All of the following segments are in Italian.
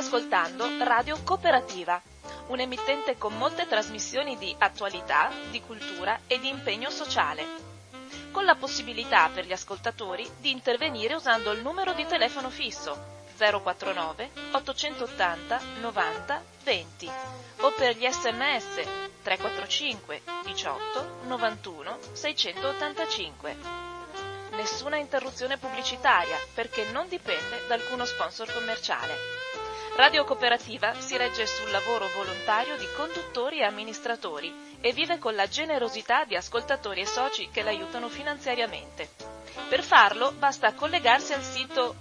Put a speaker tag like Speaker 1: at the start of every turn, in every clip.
Speaker 1: ascoltando Radio Cooperativa, un'emittente con molte trasmissioni di attualità, di cultura e di impegno sociale, con la possibilità per gli ascoltatori di intervenire usando il numero di telefono fisso 049 880 90 20 o per gli sms 345 18 91 685. Nessuna interruzione pubblicitaria perché non dipende da alcuno sponsor commerciale. Radio Cooperativa si regge sul lavoro volontario di conduttori e amministratori e vive con la generosità di ascoltatori e soci che l'aiutano finanziariamente. Per farlo basta collegarsi al sito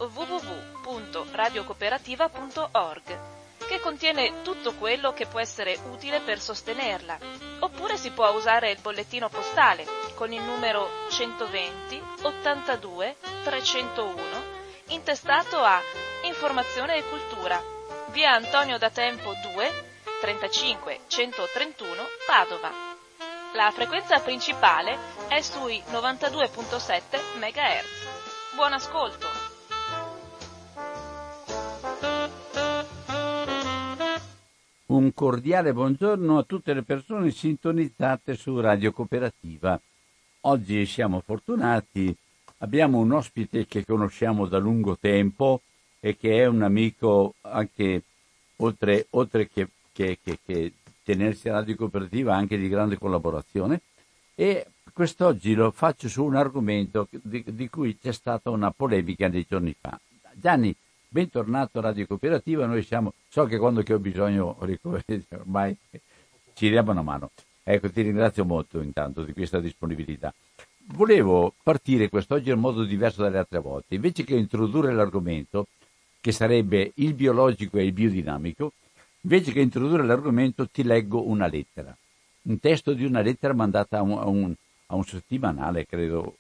Speaker 1: www.radiocooperativa.org, che contiene tutto quello che può essere utile per sostenerla, oppure si può usare il bollettino postale con il numero 120 82 301 intestato a Informazione e Cultura, via Antonio da Tempo 2 35 131 Padova. La frequenza principale è sui 92.7 MHz. Buon ascolto!
Speaker 2: Un cordiale buongiorno a tutte le persone sintonizzate su Radio Cooperativa. Oggi siamo fortunati, abbiamo un ospite che conosciamo da lungo tempo e che è un amico anche oltre che tenersi a Radio Cooperativa, anche di grande collaborazione, e quest'oggi lo faccio su un argomento di cui c'è stata una polemica dei giorni fa. Gianni, bentornato a Radio Cooperativa, noi siamo, so che quando che ho bisogno ormai ci diamo una mano. Ecco, ti ringrazio molto intanto di questa disponibilità. Volevo partire quest'oggi in modo diverso dalle altre volte. Invece che introdurre l'argomento, che sarebbe il biologico e il biodinamico, invece che introdurre l'argomento ti leggo una lettera. Un testo di una lettera mandata a un settimanale, credo,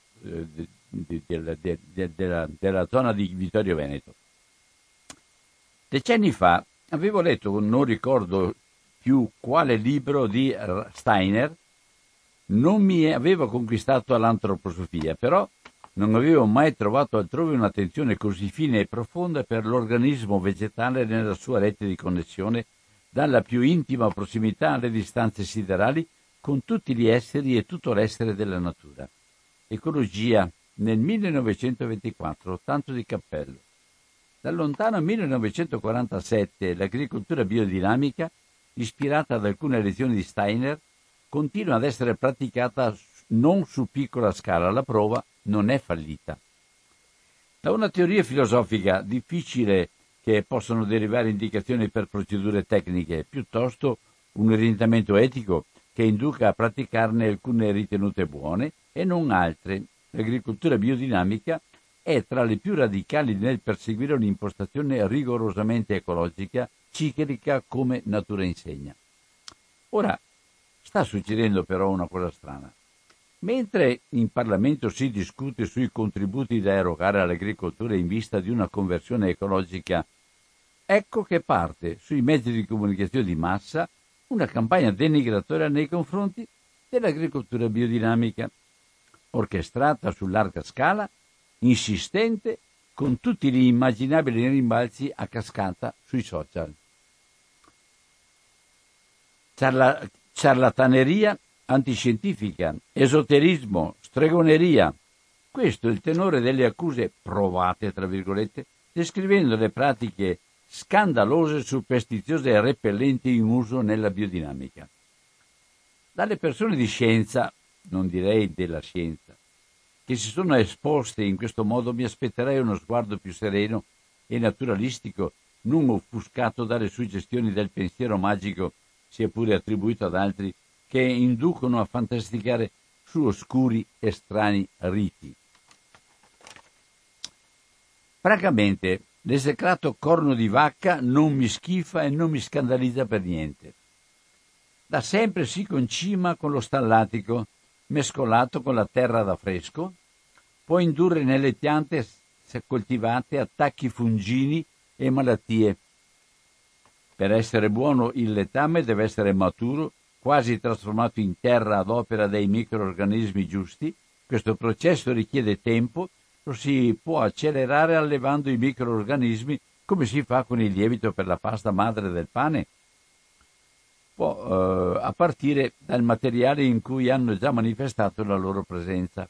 Speaker 2: della zona di Vittorio Veneto. Decenni fa avevo letto, non ricordo più quale libro di Steiner, non mi aveva conquistato all'antroposofia, però non avevo mai trovato altrove un'attenzione così fine e profonda per l'organismo vegetale nella sua rete di connessione, dalla più intima prossimità alle distanze siderali con tutti gli esseri e tutto l'essere della natura. Ecologia, nel 1924, tanto di cappello. Dal lontano 1947 l'agricoltura biodinamica, ispirata ad alcune lezioni di Steiner, continua ad essere praticata non su piccola scala. La prova non è fallita. Da una teoria filosofica difficile che possono derivare indicazioni per procedure tecniche, piuttosto un orientamento etico che induca a praticarne alcune ritenute buone e non altre. L'agricoltura biodinamica è tra le più radicali nel perseguire un'impostazione rigorosamente ecologica, ciclica, come natura insegna. Ora, sta succedendo però una cosa strana. Mentre in Parlamento si discute sui contributi da erogare all'agricoltura in vista di una conversione ecologica, ecco che parte sui mezzi di comunicazione di massa una campagna denigratoria nei confronti dell'agricoltura biodinamica, orchestrata su larga scala, insistente, con tutti gli immaginabili rimbalzi a cascata sui social. Ciarlataneria antiscientifica, esoterismo, stregoneria. Questo è il tenore delle accuse provate, tra virgolette, descrivendo le pratiche scandalose, superstiziose e repellenti in uso nella biodinamica. Dalle persone di scienza, non direi della scienza, che si sono esposte in questo modo, mi aspetterei uno sguardo più sereno e naturalistico, non offuscato dalle suggestioni del pensiero magico, sia pure attribuito ad altri, che inducono a fantasticare su oscuri e strani riti. Francamente, l'esecrato corno di vacca non mi schifa e non mi scandalizza per niente. Da sempre si concima con lo stallatico, mescolato con la terra da fresco, può indurre nelle piante coltivate attacchi fungini e malattie. Per essere buono il letame deve essere maturo, quasi trasformato in terra ad opera dei microrganismi giusti. Questo processo richiede tempo, lo si può accelerare allevando i microrganismi come si fa con il lievito per la pasta madre del pane, a partire dal materiale in cui hanno già manifestato la loro presenza.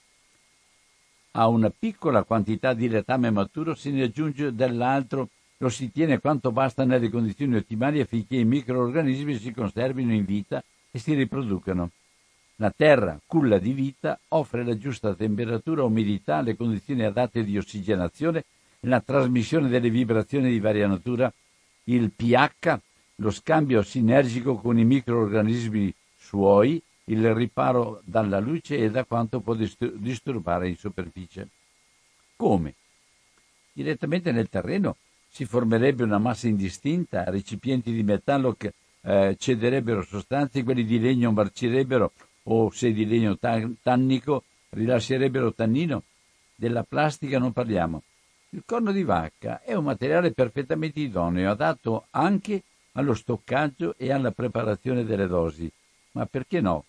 Speaker 2: A una piccola quantità di letame maturo se ne aggiunge dell'altro, lo si tiene quanto basta nelle condizioni ottimali affinché i microorganismi si conservino in vita e si riproducano. La terra, culla di vita, offre la giusta temperatura, umidità, le condizioni adatte di ossigenazione, la trasmissione delle vibrazioni di varia natura, il pH, lo scambio sinergico con i microorganismi suoi, il riparo dalla luce e da quanto può disturbare in superficie. Come? Direttamente nel terreno si formerebbe una massa indistinta, recipienti di metallo che cederebbero sostanze, quelli di legno marcirebbero o se di legno tannico rilascerebbero tannino. Della plastica non parliamo. Il corno di vacca è un materiale perfettamente idoneo, adatto anche allo stoccaggio e alla preparazione delle dosi. Ma perché no?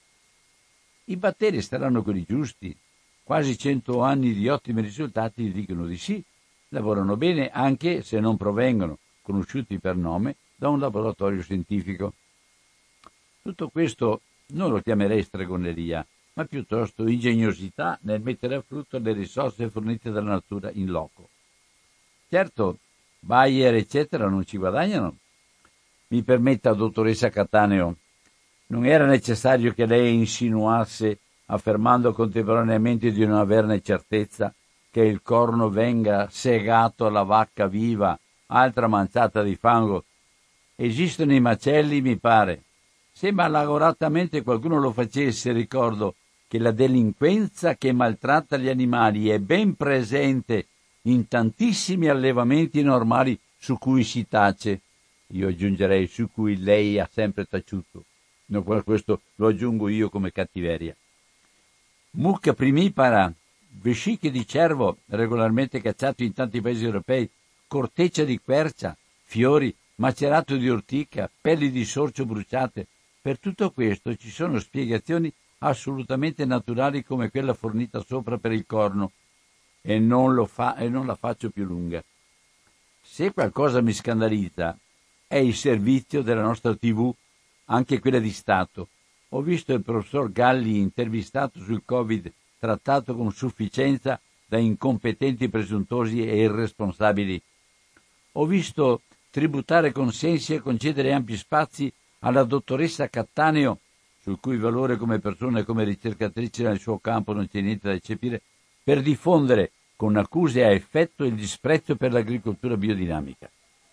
Speaker 2: I batteri saranno quelli giusti. Quasi 100 anni di ottimi risultati dicono di sì. Lavorano bene anche se non provengono, conosciuti per nome, da un laboratorio scientifico. Tutto questo non lo chiamerei stregoneria, ma piuttosto ingegnosità nel mettere a frutto le risorse fornite dalla natura in loco. Certo, Bayer eccetera non ci guadagnano. Mi permetta, dottoressa Cattaneo, non era necessario che lei insinuasse, affermando contemporaneamente di non averne certezza, che il corno venga segato alla vacca viva, altra manciata di fango. Esistono i macelli, mi pare. Se malauguratamente qualcuno lo facesse, ricordo che la delinquenza che maltratta gli animali è ben presente in tantissimi allevamenti normali su cui si tace. Io aggiungerei su cui lei ha sempre taciuto. No, questo lo aggiungo io come cattiveria. Mucca primipara, vesciche di cervo regolarmente cacciato in tanti paesi europei, corteccia di quercia, fiori, macerato di ortica, pelli di sorcio bruciate. Per tutto questo ci sono spiegazioni assolutamente naturali come quella fornita sopra per il corno e non la faccio più lunga. Se qualcosa mi scandalizza è il servizio della nostra TV, anche quella di Stato. Ho visto il professor Galli intervistato sul Covid, trattato con sufficienza da incompetenti presuntuosi e irresponsabili. Ho visto tributare consensi e concedere ampi spazi alla dottoressa Cattaneo, sul cui valore come persona e come ricercatrice nel suo campo non c'è niente da eccepire, per diffondere con accuse a effetto il disprezzo per l'agricoltura biodinamica.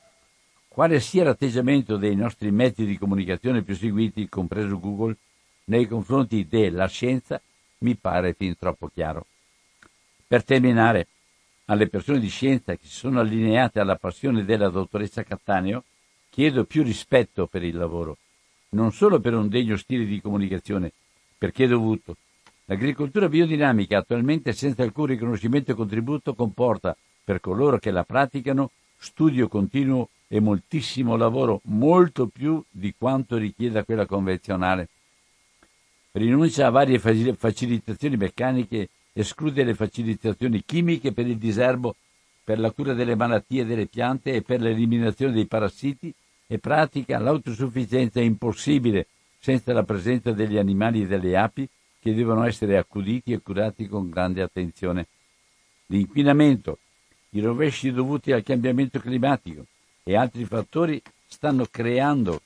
Speaker 2: Quale sia l'atteggiamento dei nostri mezzi di comunicazione più seguiti, compreso Google, nei confronti della scienza, mi pare fin troppo chiaro. Per terminare, alle persone di scienza che si sono allineate alla passione della dottoressa Cattaneo, chiedo più rispetto per il lavoro, non solo per un degno stile di comunicazione, perché è dovuto. L'agricoltura biodinamica attualmente senza alcun riconoscimento e contributo comporta, per coloro che la praticano, studio continuo e moltissimo lavoro, molto più di quanto richieda quella convenzionale. Rinuncia a varie facilitazioni meccaniche, esclude le facilitazioni chimiche per il diserbo, per la cura delle malattie delle piante e per l'eliminazione dei parassiti e pratica l'autosufficienza impossibile senza la presenza degli animali e delle api che devono essere accuditi e curati con grande attenzione. L'inquinamento, i rovesci dovuti al cambiamento climatico e altri fattori stanno creando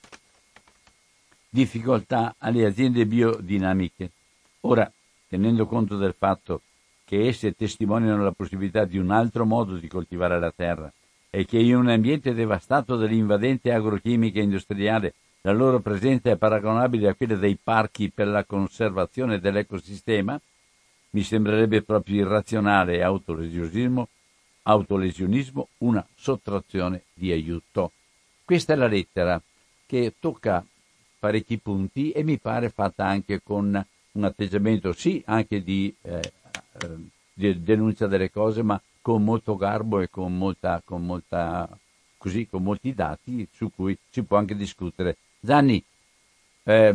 Speaker 2: difficoltà alle aziende biodinamiche. Ora, tenendo conto del fatto che esse testimoniano la possibilità di un altro modo di coltivare la terra e che in un ambiente devastato dall'invadente agrochimica industriale la loro presenza è paragonabile a quella dei parchi per la conservazione dell'ecosistema, mi sembrerebbe proprio irrazionale e autolesionismo una sottrazione di aiuto. Questa è la lettera che tocca parecchi punti e mi pare fatta anche con un atteggiamento sì anche di denuncia delle cose, ma con molto garbo e con molti dati su cui si può anche discutere. Gianni, è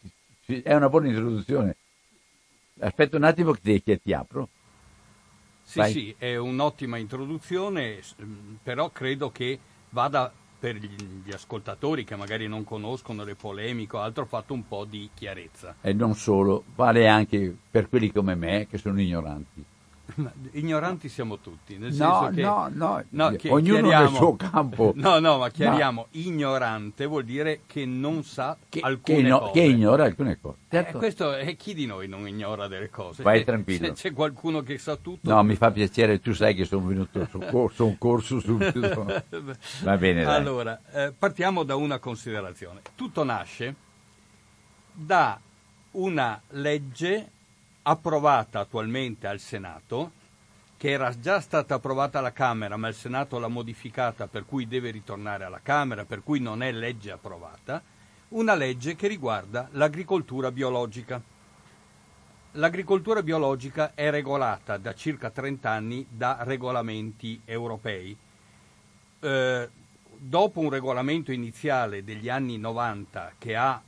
Speaker 2: una buona introduzione. Aspetta un attimo che ti apro.
Speaker 3: Sì,
Speaker 2: Vai.
Speaker 3: Sì, è un'ottima introduzione, però credo che vada per gli ascoltatori che magari non conoscono le polemiche o altro, fatto un po' di chiarezza.
Speaker 2: E non solo, vale anche per quelli come me che sono ignoranti.
Speaker 3: Ignoranti siamo tutti, nel
Speaker 2: No,
Speaker 3: senso che
Speaker 2: ognuno nel suo campo.
Speaker 3: No, ma chiariamo, ignorante vuol dire che non sa alcune cose.
Speaker 2: Che ignora alcune cose. Certo.
Speaker 3: Questo è chi di noi non ignora delle cose.
Speaker 2: Vai tranquillo.
Speaker 3: C'è qualcuno che sa tutto.
Speaker 2: No, mi fa piacere, tu sai che sono venuto su un corso subito. Va bene, dai.
Speaker 3: Allora, partiamo da una considerazione. Tutto nasce da una legge approvata attualmente al Senato, che era già stata approvata alla Camera, ma il Senato l'ha modificata, per cui deve ritornare alla Camera, per cui non è legge approvata, una legge che riguarda l'agricoltura biologica. L'agricoltura biologica è regolata da circa 30 anni da regolamenti europei. Dopo un regolamento iniziale degli anni 90 che ha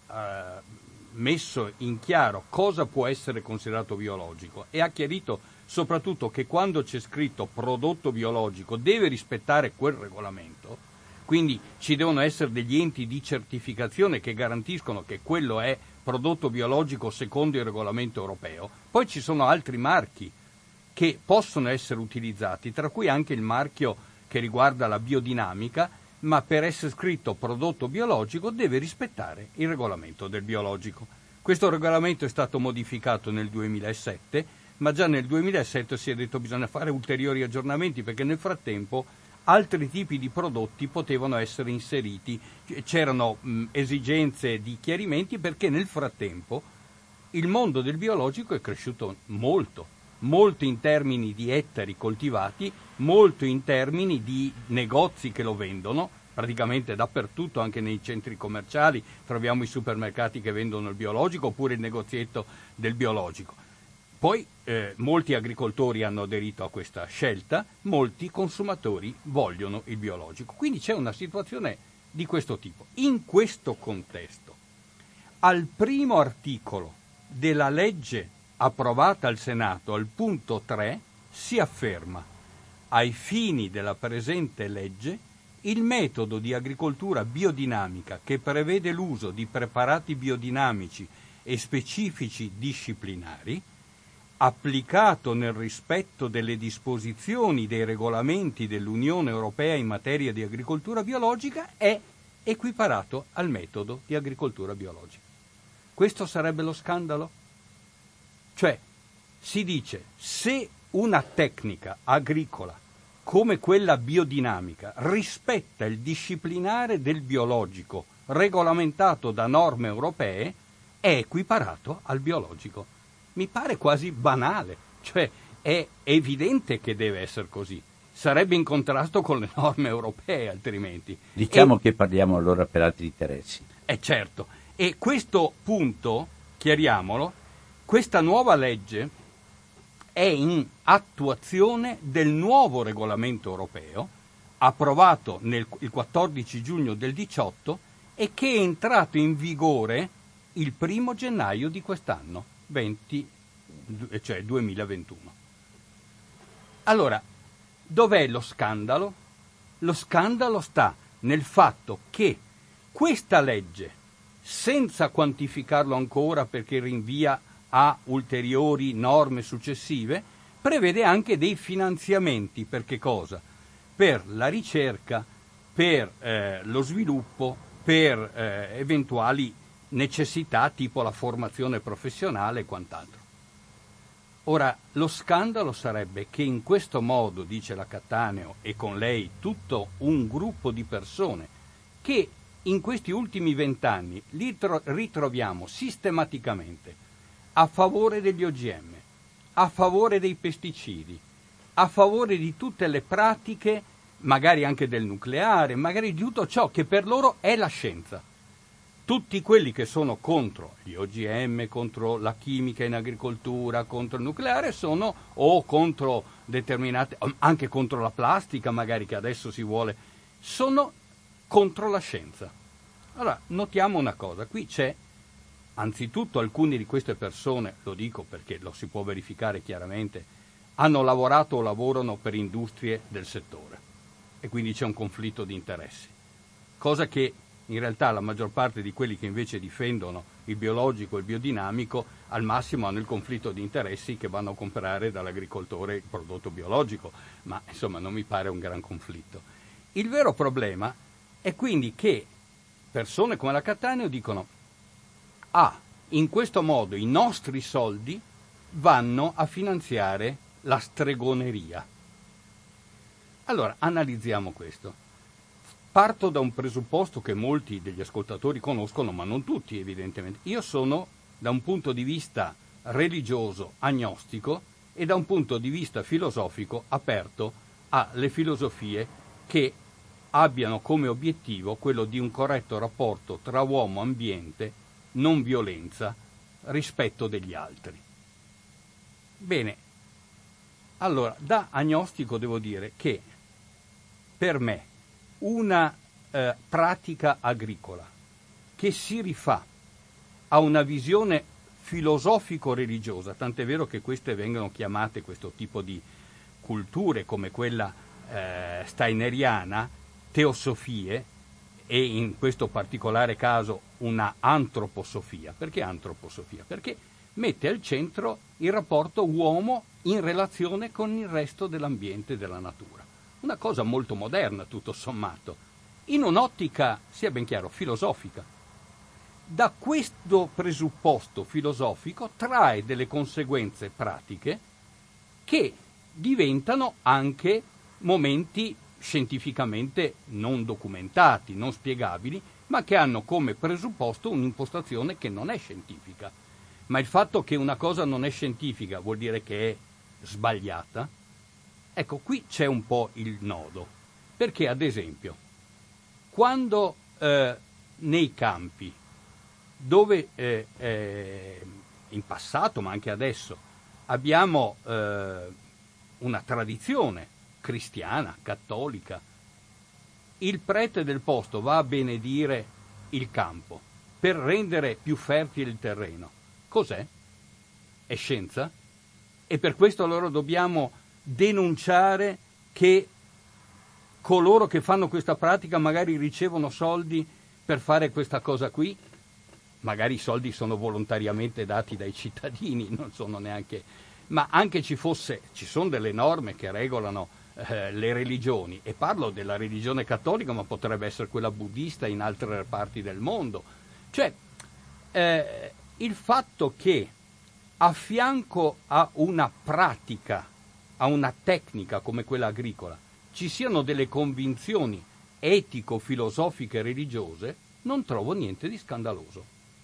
Speaker 3: messo in chiaro cosa può essere considerato biologico e ha chiarito soprattutto che quando c'è scritto prodotto biologico deve rispettare quel regolamento, quindi ci devono essere degli enti di certificazione che garantiscono che quello è prodotto biologico secondo il regolamento europeo. Poi ci sono altri marchi che possono essere utilizzati, tra cui anche il marchio che riguarda la biodinamica, ma per essere scritto prodotto biologico deve rispettare il regolamento del biologico. Questo regolamento è stato modificato nel 2007, ma già nel 2007 si è detto che bisogna fare ulteriori aggiornamenti perché nel frattempo altri tipi di prodotti potevano essere inseriti. C'erano esigenze di chiarimenti perché nel frattempo il mondo del biologico è cresciuto molto in termini di ettari coltivati, molto in termini di negozi che lo vendono, praticamente dappertutto, anche nei centri commerciali troviamo i supermercati che vendono il biologico oppure il negozietto del biologico. Poi molti agricoltori hanno aderito a questa scelta, molti consumatori vogliono il biologico. Quindi c'è una situazione di questo tipo. In questo contesto, al primo articolo della legge approvata al Senato, al punto 3, si afferma: ai fini della presente legge, il metodo di agricoltura biodinamica che prevede l'uso di preparati biodinamici e specifici disciplinari, applicato nel rispetto delle disposizioni dei regolamenti dell'Unione Europea in materia di agricoltura biologica, è equiparato al metodo di agricoltura biologica. Questo sarebbe lo scandalo? Cioè, si dice, se una tecnica agricola come quella biodinamica rispetta il disciplinare del biologico regolamentato da norme europee, è equiparato al biologico. Mi pare quasi banale, cioè è evidente che deve essere così. Sarebbe in contrasto con le norme europee altrimenti.
Speaker 2: Diciamo che parliamo allora per altri interessi.
Speaker 3: Certo, e questo punto, chiariamolo, questa nuova legge è in attuazione del nuovo regolamento europeo approvato il 14 giugno del 18 e che è entrato in vigore il 1 gennaio di quest'anno, 2021. Allora, dov'è lo scandalo? Lo scandalo sta nel fatto che questa legge, senza quantificarlo ancora perché rinvia a ulteriori norme successive, prevede anche dei finanziamenti. Per che cosa? Per la ricerca, per lo sviluppo, per eventuali necessità tipo la formazione professionale e quant'altro. Ora, lo scandalo sarebbe che in questo modo, dice la Cattaneo e con lei tutto un gruppo di persone, che in questi ultimi 20 anni ritroviamo sistematicamente a favore degli OGM, a favore dei pesticidi, a favore di tutte le pratiche, magari anche del nucleare, magari di tutto ciò che per loro è la scienza. Tutti quelli che sono contro gli OGM, contro la chimica in agricoltura, contro il nucleare, sono o contro determinate, anche contro la plastica magari che adesso si vuole, sono contro la scienza. Allora, notiamo una cosa, qui c'è anzitutto alcune di queste persone, lo dico perché lo si può verificare chiaramente, hanno lavorato o lavorano per industrie del settore e quindi c'è un conflitto di interessi, cosa che in realtà la maggior parte di quelli che invece difendono il biologico e il biodinamico al massimo hanno il conflitto di interessi che vanno a comprare dall'agricoltore il prodotto biologico, ma insomma non mi pare un gran conflitto. Il vero problema è quindi che persone come la Cattaneo dicono: in questo modo i nostri soldi vanno a finanziare la stregoneria. Allora, analizziamo questo. Parto da un presupposto che molti degli ascoltatori conoscono, ma non tutti evidentemente. Io sono, da un punto di vista religioso, agnostico, e da un punto di vista filosofico aperto alle filosofie che abbiano come obiettivo quello di un corretto rapporto tra uomo e ambiente, non violenza, rispetto degli altri. Bene, allora, da agnostico devo dire che per me una pratica agricola che si rifà a una visione filosofico-religiosa, tant'è vero che queste vengono chiamate, questo tipo di culture come quella steineriana, teosofie, e in questo particolare caso una antroposofia. Perché antroposofia? Perché mette al centro il rapporto uomo in relazione con il resto dell'ambiente e della natura. Una cosa molto moderna, tutto sommato, in un'ottica, sia ben chiaro, filosofica. Da questo presupposto filosofico trae delle conseguenze pratiche che diventano anche momenti scientificamente non documentati, non spiegabili, ma che hanno come presupposto un'impostazione che non è scientifica. Ma il fatto che una cosa non è scientifica vuol dire che è sbagliata? Ecco, qui c'è un po' il nodo, perché ad esempio, quando nei campi, dove in passato, ma anche adesso, abbiamo una tradizione cristiana, cattolica, il prete del posto va a benedire il campo per rendere più fertile il terreno. Cos'è? È scienza? E per questo allora dobbiamo denunciare che coloro che fanno questa pratica magari ricevono soldi per fare questa cosa qui? Magari i soldi sono volontariamente dati dai cittadini, non sono neanche... Ma anche ci sono delle norme che regolano le religioni, e parlo della religione cattolica, ma potrebbe essere quella buddista in altre parti del mondo. Cioè, il fatto che a fianco a una pratica, a una tecnica come quella agricola, ci siano delle convinzioni etico-filosofiche e religiose, non trovo niente di scandaloso.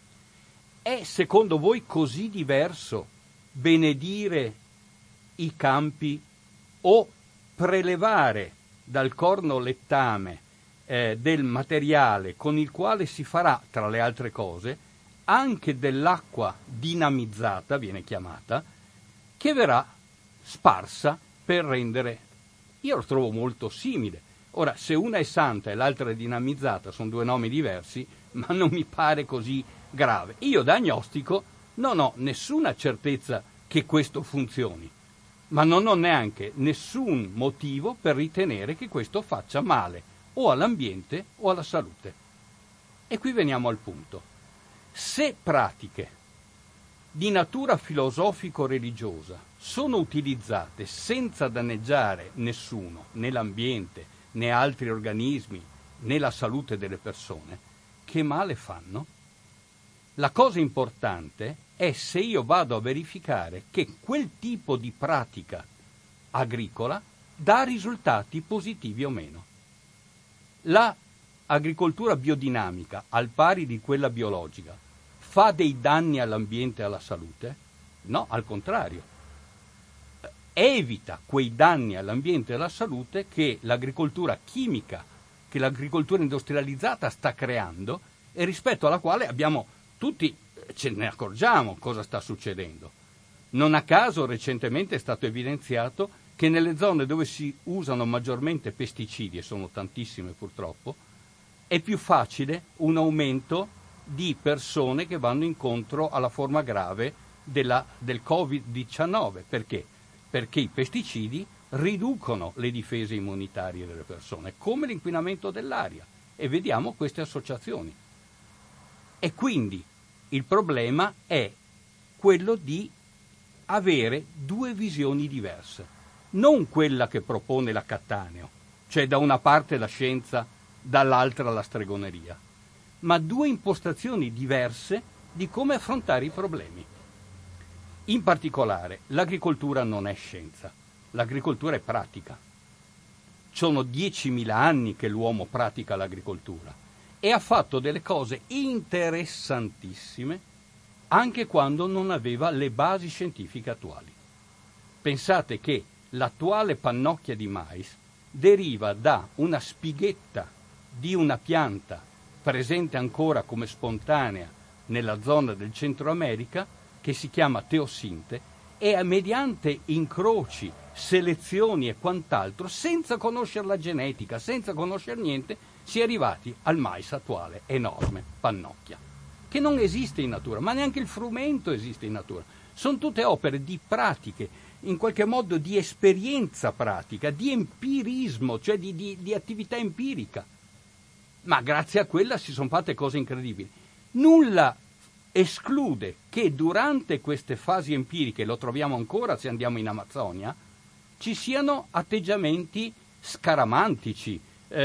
Speaker 3: È secondo voi così diverso benedire i campi o prelevare dal corno lettame del materiale con il quale si farà, tra le altre cose, anche dell'acqua dinamizzata, viene chiamata, che verrà sparsa per rendere... Io lo trovo molto simile. Ora, se una è santa e l'altra è dinamizzata, sono due nomi diversi, ma non mi pare così grave. Io da agnostico non ho nessuna certezza che questo funzioni, ma non ho neanche nessun motivo per ritenere che questo faccia male o all'ambiente o alla salute. E qui veniamo al punto. Se pratiche di natura filosofico-religiosa sono utilizzate senza danneggiare nessuno, né l'ambiente, né altri organismi, né la salute delle persone, che male fanno? La cosa importante è se io vado a verificare che quel tipo di pratica agricola dà risultati positivi o meno. L'agricoltura biodinamica, al pari di quella biologica, fa dei danni all'ambiente e alla salute? No, al contrario. Evita quei danni all'ambiente e alla salute che l'agricoltura chimica, che l'agricoltura industrializzata sta creando e rispetto alla quale abbiamo tutti, ce ne accorgiamo cosa sta succedendo. Non a caso recentemente è stato evidenziato che nelle zone dove si usano maggiormente pesticidi, e sono tantissime purtroppo, è più facile un aumento di persone che vanno incontro alla forma grave del Covid-19. Perché? perché i pesticidi riducono le difese immunitarie delle persone, come l'inquinamento dell'aria, e vediamo queste associazioni. E quindi il problema è quello di avere due visioni diverse, non quella che propone la Cattaneo, cioè da una parte la scienza, dall'altra la stregoneria, ma due impostazioni diverse di come affrontare i problemi. In particolare, l'agricoltura non è scienza, l'agricoltura è pratica. Sono 10.000 anni che l'uomo pratica l'agricoltura e ha fatto delle cose interessantissime anche quando non aveva le basi scientifiche attuali. Pensate che l'attuale pannocchia di mais deriva da una spighetta di una pianta presente ancora come spontanea nella zona del Centro America, che si chiama teosinte, e mediante incroci, selezioni e quant'altro, senza conoscere la genetica, senza conoscere niente, si è arrivati al mais attuale, enorme, pannocchia, che non esiste in natura, ma neanche il frumento esiste in natura. Sono tutte opere di pratiche, in qualche modo di esperienza pratica, di empirismo, cioè di attività empirica. Ma grazie a quella si sono fatte cose incredibili. Nulla esclude che durante queste fasi empiriche, lo troviamo ancora se andiamo in Amazzonia, ci siano atteggiamenti scaramantici,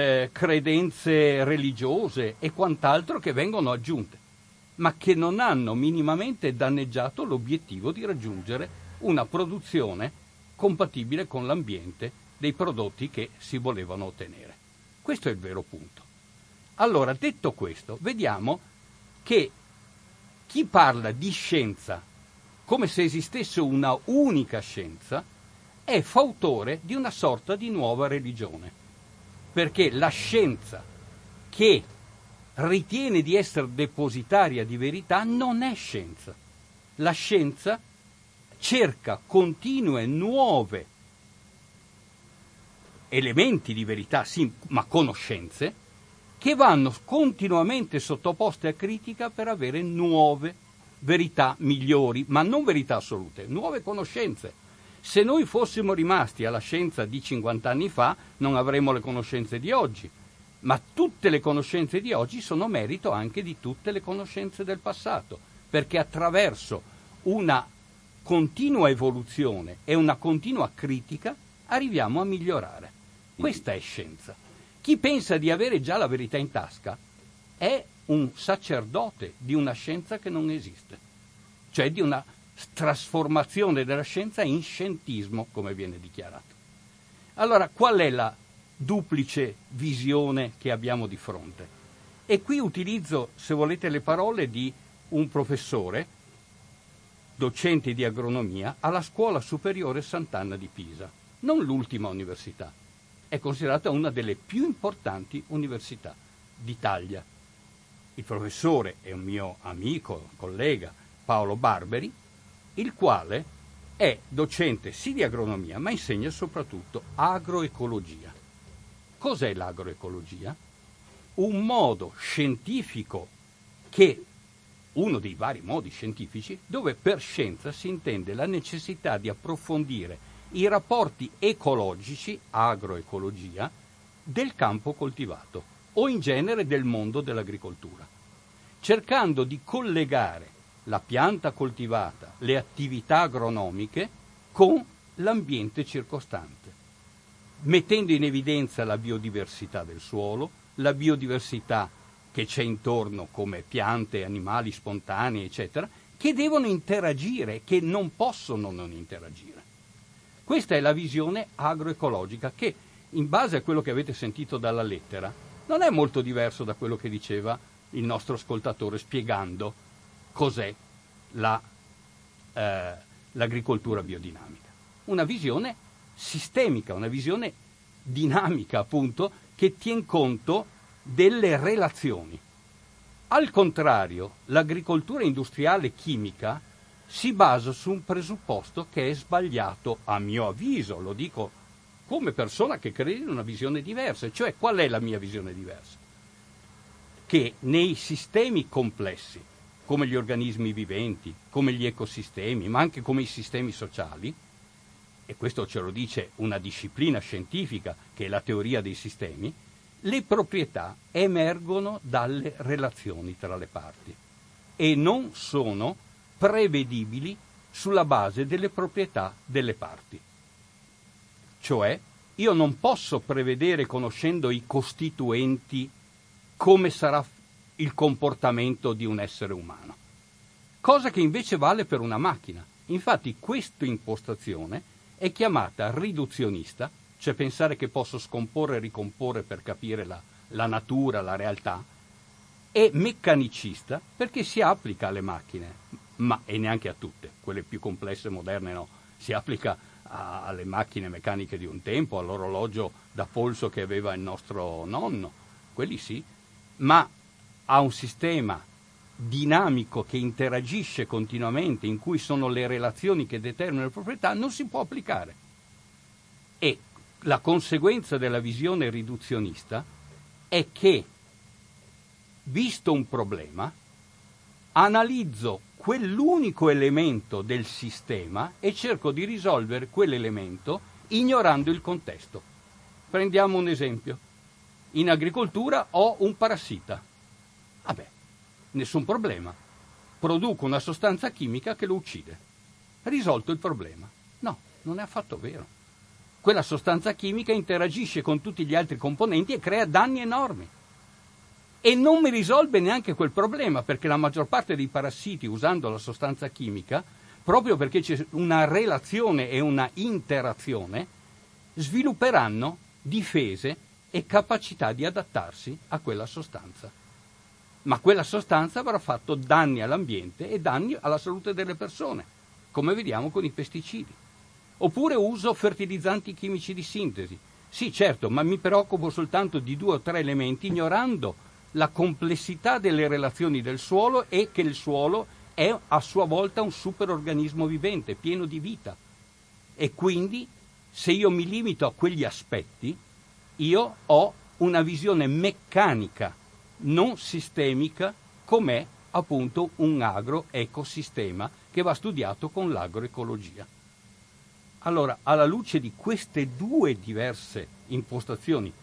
Speaker 3: credenze religiose e quant'altro che vengono aggiunte, ma che non hanno minimamente danneggiato l'obiettivo di raggiungere una produzione compatibile con l'ambiente dei prodotti che si volevano ottenere. Questo è il vero punto. Allora, detto questo, vediamo che chi parla di scienza come se esistesse una unica scienza è fautore di una sorta di nuova religione, perché la scienza che ritiene di essere depositaria di verità non è scienza. La scienza cerca continue nuove elementi di verità, sì, ma conoscenze, che vanno continuamente sottoposte a critica per avere nuove verità migliori, ma non verità assolute, nuove conoscenze. Se noi fossimo rimasti alla scienza di 50 anni fa, non avremmo le conoscenze di oggi, ma tutte le conoscenze di oggi sono merito anche di tutte le conoscenze del passato, perché attraverso una continua evoluzione e una continua critica arriviamo a migliorare. Questa è scienza. Chi pensa di avere già la verità in tasca è un sacerdote di una scienza che non esiste, cioè di una trasformazione della scienza in scientismo, come viene dichiarato. Allora, qual è la duplice visione che abbiamo di fronte? E qui utilizzo, se volete, le parole di un professore, docente di agronomia, alla Scuola Superiore Sant'Anna di Pisa, non l'ultima università. È considerata una delle più importanti università d'Italia. Il professore è un mio amico, collega, Paolo Barberi, il quale è docente sì di agronomia, ma insegna soprattutto agroecologia. Cos'è l'agroecologia? Un modo scientifico uno dei vari modi scientifici, dove per scienza si intende la necessità di approfondire i rapporti ecologici, agroecologia, del campo coltivato o in genere del mondo dell'agricoltura, cercando di collegare la pianta coltivata, le attività agronomiche con l'ambiente circostante, mettendo in evidenza la biodiversità del suolo, la biodiversità che c'è intorno come piante, animali spontanei, eccetera, che devono interagire, che non possono non interagire. Questa è la visione agroecologica che, in base a quello che avete sentito dalla lettera, non è molto diverso da quello che diceva il nostro ascoltatore spiegando cos'è l'agricoltura biodinamica. Una visione sistemica, una visione dinamica, appunto, che tien conto delle relazioni. Al contrario, l'agricoltura industriale chimica si basa su un presupposto che è sbagliato, a mio avviso, lo dico come persona che crede in una visione diversa. Cioè, qual è la mia visione diversa? Che nei sistemi complessi, come gli organismi viventi, come gli ecosistemi, ma anche come i sistemi sociali, e questo ce lo dice una disciplina scientifica che è la teoria dei sistemi, le proprietà emergono dalle relazioni tra le parti e non sono prevedibili sulla base delle proprietà delle parti. Cioè, io non posso prevedere, conoscendo i costituenti, come sarà il comportamento di un essere umano, cosa che invece vale per una macchina. Infatti questa impostazione è chiamata riduzionista, cioè pensare che posso scomporre e ricomporre per capire la natura, la realtà, e meccanicista perché si applica alle macchine, ma e neanche a tutte, quelle più complesse moderne no, si applica alle macchine meccaniche di un tempo, all'orologio da polso che aveva il nostro nonno, quelli sì, ma a un sistema dinamico che interagisce continuamente, in cui sono le relazioni che determinano le proprietà, non si può applicare. E la conseguenza della visione riduzionista è che, visto un problema, analizzo quell'unico elemento del sistema e cerco di risolvere quell'elemento ignorando il contesto. Prendiamo un esempio. In agricoltura ho un parassita. Vabbè, nessun problema. Produco una sostanza chimica che lo uccide. Risolto il problema. No, non è affatto vero. Quella sostanza chimica interagisce con tutti gli altri componenti e crea danni enormi. E non mi risolve neanche quel problema, perché la maggior parte dei parassiti, usando la sostanza chimica, proprio perché c'è una relazione e una interazione, svilupperanno difese e capacità di adattarsi a quella sostanza. Ma quella sostanza avrà fatto danni all'ambiente e danni alla salute delle persone, come vediamo con i pesticidi. Oppure uso fertilizzanti chimici di sintesi. Sì, certo, ma mi preoccupo soltanto di 2 o 3 elementi, ignorando la complessità delle relazioni del suolo e che il suolo è a sua volta un superorganismo vivente, pieno di vita. E quindi, se io mi limito a quegli aspetti, io ho una visione meccanica, non sistemica, com'è appunto un agroecosistema che va studiato con l'agroecologia. Allora, alla luce di queste 2 diverse impostazioni,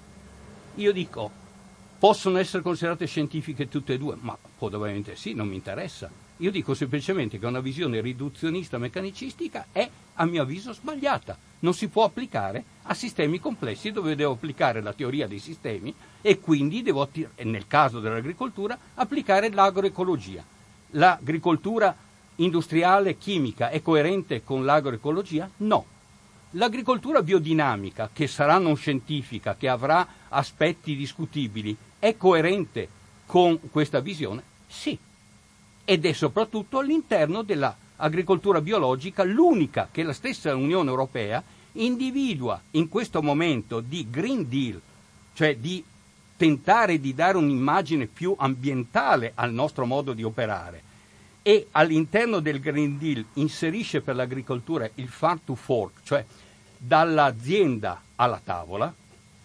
Speaker 3: io dico, possono essere considerate scientifiche tutte e 2? Ma probabilmente sì, non mi interessa. Io dico semplicemente che una visione riduzionista meccanicistica è, a mio avviso, sbagliata. Non si può applicare a sistemi complessi dove devo applicare la teoria dei sistemi e quindi devo, nel caso dell'agricoltura, applicare l'agroecologia. L'agricoltura industriale chimica è coerente con l'agroecologia? No. L'agricoltura biodinamica, che sarà non scientifica, che avrà aspetti discutibili, è coerente con questa visione? Sì. Ed è soprattutto all'interno dell'agricoltura biologica l'unica che la stessa Unione Europea individua in questo momento di Green Deal, cioè di tentare di dare un'immagine più ambientale al nostro modo di operare, e all'interno del Green Deal inserisce per l'agricoltura il farm to fork, cioè dall'azienda alla tavola,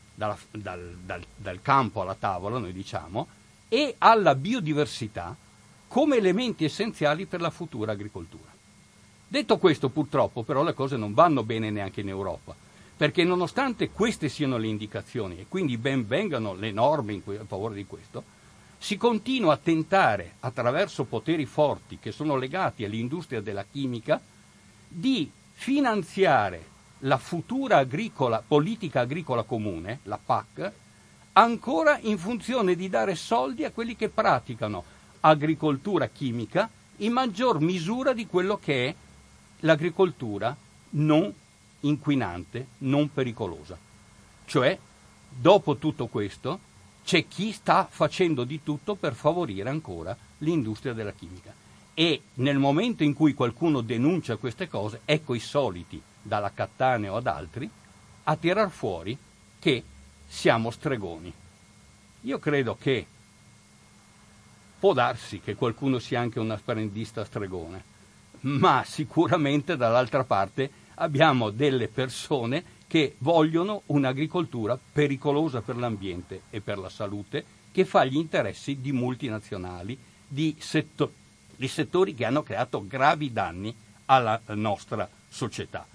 Speaker 3: dal campo alla tavola, noi diciamo, e alla biodiversità come elementi essenziali per la futura agricoltura. Detto questo, purtroppo, però, le cose non vanno bene neanche in Europa, perché nonostante queste siano le indicazioni, e quindi ben vengano le norme a favore di questo, si continua a tentare, attraverso poteri forti che sono legati all'industria della chimica, di finanziare la futura politica agricola comune, la PAC, ancora in funzione di dare soldi a quelli che praticano agricoltura chimica in maggior misura di quello che è l'agricoltura non inquinante, non pericolosa. Cioè, dopo tutto questo, c'è chi sta facendo di tutto per favorire ancora l'industria della chimica. E nel momento in cui qualcuno denuncia queste cose, ecco i soliti, dalla Cattaneo ad altri, a tirar fuori che siamo stregoni. Io credo che può darsi che qualcuno sia anche un apprendista stregone, ma sicuramente dall'altra parte abbiamo delle persone che vogliono un'agricoltura pericolosa per l'ambiente e per la salute, che fa gli interessi di multinazionali, di settori che hanno creato gravi danni alla nostra società.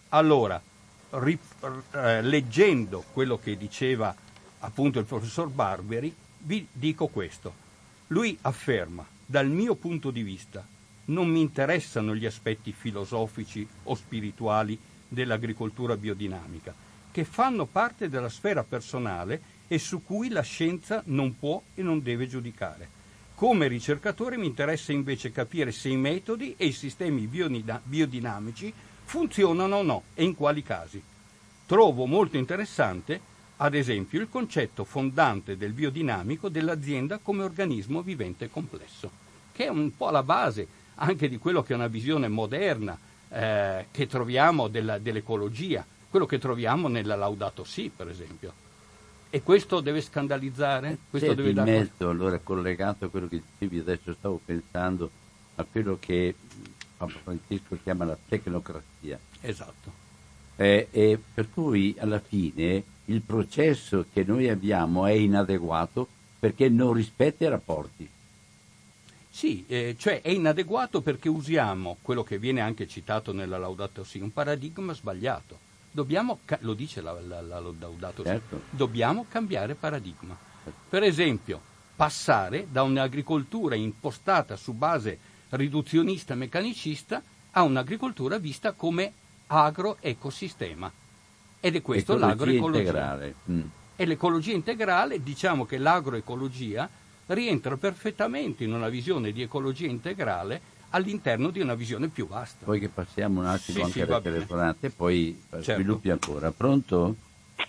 Speaker 3: Allora, leggendo quello che diceva appunto il professor Barberi, vi dico questo. Lui afferma: dal mio punto di vista non mi interessano gli aspetti filosofici o spirituali dell'agricoltura biodinamica, che fanno parte della sfera personale e su cui la scienza non può e non deve giudicare. Come ricercatore mi interessa invece capire se i metodi e i sistemi biodinamici funzionano o no e in quali casi. Trovo molto interessante, ad esempio, il concetto fondante del biodinamico dell'azienda come organismo vivente complesso, che è un po' la base anche di quello che è una visione moderna che troviamo dell'ecologia, quello che troviamo nella Laudato Si, per esempio. E questo deve scandalizzare? Questo deve
Speaker 2: in mezzo, allora, collegato a quello che dicevi, adesso stavo pensando a quello che Papa Francesco chiama la tecnocrazia.
Speaker 3: Esatto.
Speaker 2: E per cui alla fine il processo che noi abbiamo è inadeguato perché non rispetta i rapporti.
Speaker 3: Sì, cioè è inadeguato perché usiamo quello che viene anche citato nella Laudato Si, un paradigma sbagliato. Dobbiamo, lo dice la Laudato Si,
Speaker 2: certo.
Speaker 3: Dobbiamo cambiare paradigma. Per esempio, passare da un'agricoltura impostata su base riduzionista mecanicista a un'agricoltura vista come agroecosistema. Ed è questo l'agroecologia.
Speaker 2: Integrale.
Speaker 3: E l'ecologia integrale, diciamo che l'agroecologia rientra perfettamente in una visione di ecologia integrale all'interno di una visione più vasta.
Speaker 2: Poi che passiamo un attimo anche alle telefonate, poi
Speaker 3: certo.
Speaker 2: Sviluppi ancora. Pronto?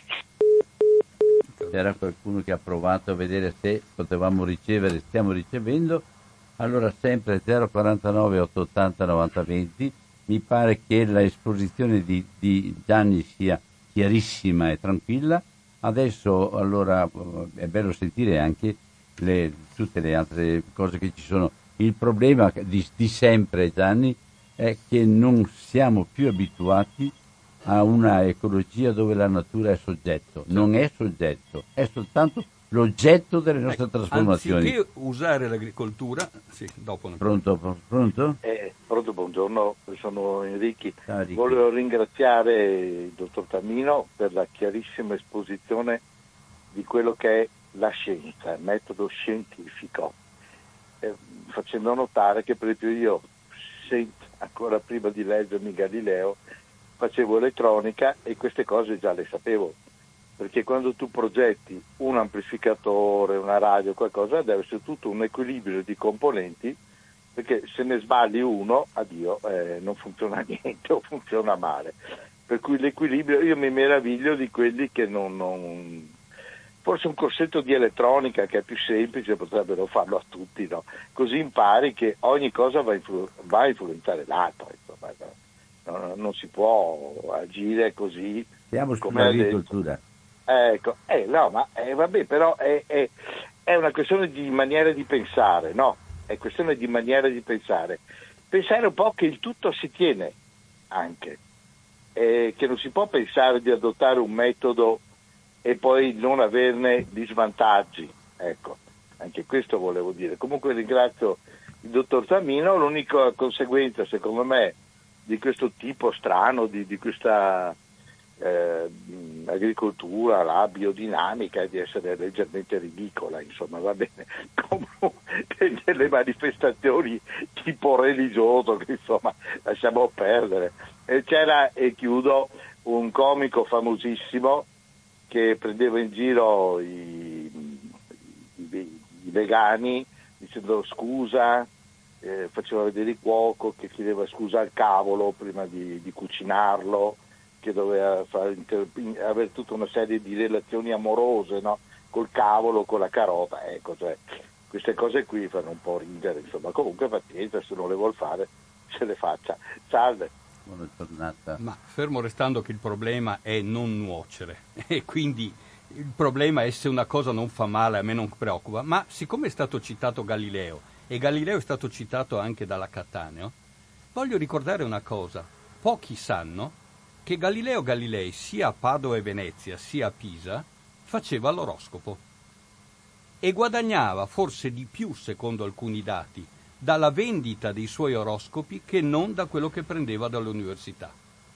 Speaker 2: C'era qualcuno che ha provato a vedere se potevamo ricevere, stiamo ricevendo. Allora sempre 049 880 9020. Mi pare che l'esposizione di Gianni sia chiarissima e tranquilla. Adesso allora è bello sentire anche tutte le altre cose che ci sono. Il problema di sempre, Gianni, è che non siamo più abituati a una ecologia dove la natura è soggetto. Non è soggetto, è soltanto l'oggetto delle nostre trasformazioni.
Speaker 3: Anziché usare l'agricoltura... Sì, dopo.
Speaker 2: Pronto? Pronto?
Speaker 4: Pronto, buongiorno, sono Enrichi.
Speaker 2: Ciao, Enrichi.
Speaker 4: Volevo ringraziare il dottor Tamino per la chiarissima esposizione di quello che è la scienza, il metodo scientifico, facendo notare che per esempio io, ancora prima di leggermi Galileo, facevo elettronica e queste cose già le sapevo, perché quando tu progetti un amplificatore, una radio, qualcosa, deve essere tutto un equilibrio di componenti, perché se ne sbagli uno, addio, non funziona niente o funziona male. Per cui l'equilibrio, io mi meraviglio di quelli che non forse un corsetto di elettronica che è più semplice potrebbero farlo a tutti, no? Così impari che ogni cosa va a influenzare l'altra, insomma, no? Non si può agire così.
Speaker 2: Siamo sull'agricoltura.
Speaker 4: Ecco, no, ma vabbè, però è una questione di maniera di pensare, no? È questione di maniera di pensare. Pensare un po' che il tutto si tiene anche, che non si può pensare di adottare un metodo e poi non averne gli svantaggi, ecco, anche questo volevo dire. Comunque ringrazio il dottor Tamino. L'unica conseguenza, secondo me, di questo tipo strano, di questa agricoltura, la biodinamica, è di essere leggermente ridicola, insomma, va bene. Comunque delle manifestazioni tipo religioso che insomma lasciamo perdere. C'era, e chiudo, un comico famosissimo che prendeva in giro i vegani dicendo scusa, faceva vedere il cuoco che chiedeva scusa al cavolo prima di cucinarlo, che doveva avere tutta una serie di relazioni amorose, no? Col cavolo, con la carota, ecco, cioè, queste cose qui fanno un po' ridere, insomma. Comunque pazienza, se non le vuol fare se le faccia. Salve.
Speaker 2: Buona giornata.
Speaker 3: Ma fermo restando che il problema è non nuocere e quindi il problema è se una cosa non fa male, a me non preoccupa, ma siccome è stato citato Galileo e Galileo è stato citato anche dalla Cattaneo, voglio ricordare una cosa: pochi sanno che Galileo Galilei sia a Padova e Venezia sia a Pisa faceva l'oroscopo e guadagnava forse di più, secondo alcuni dati, dalla vendita dei suoi oroscopi che non da quello che prendeva dall'università.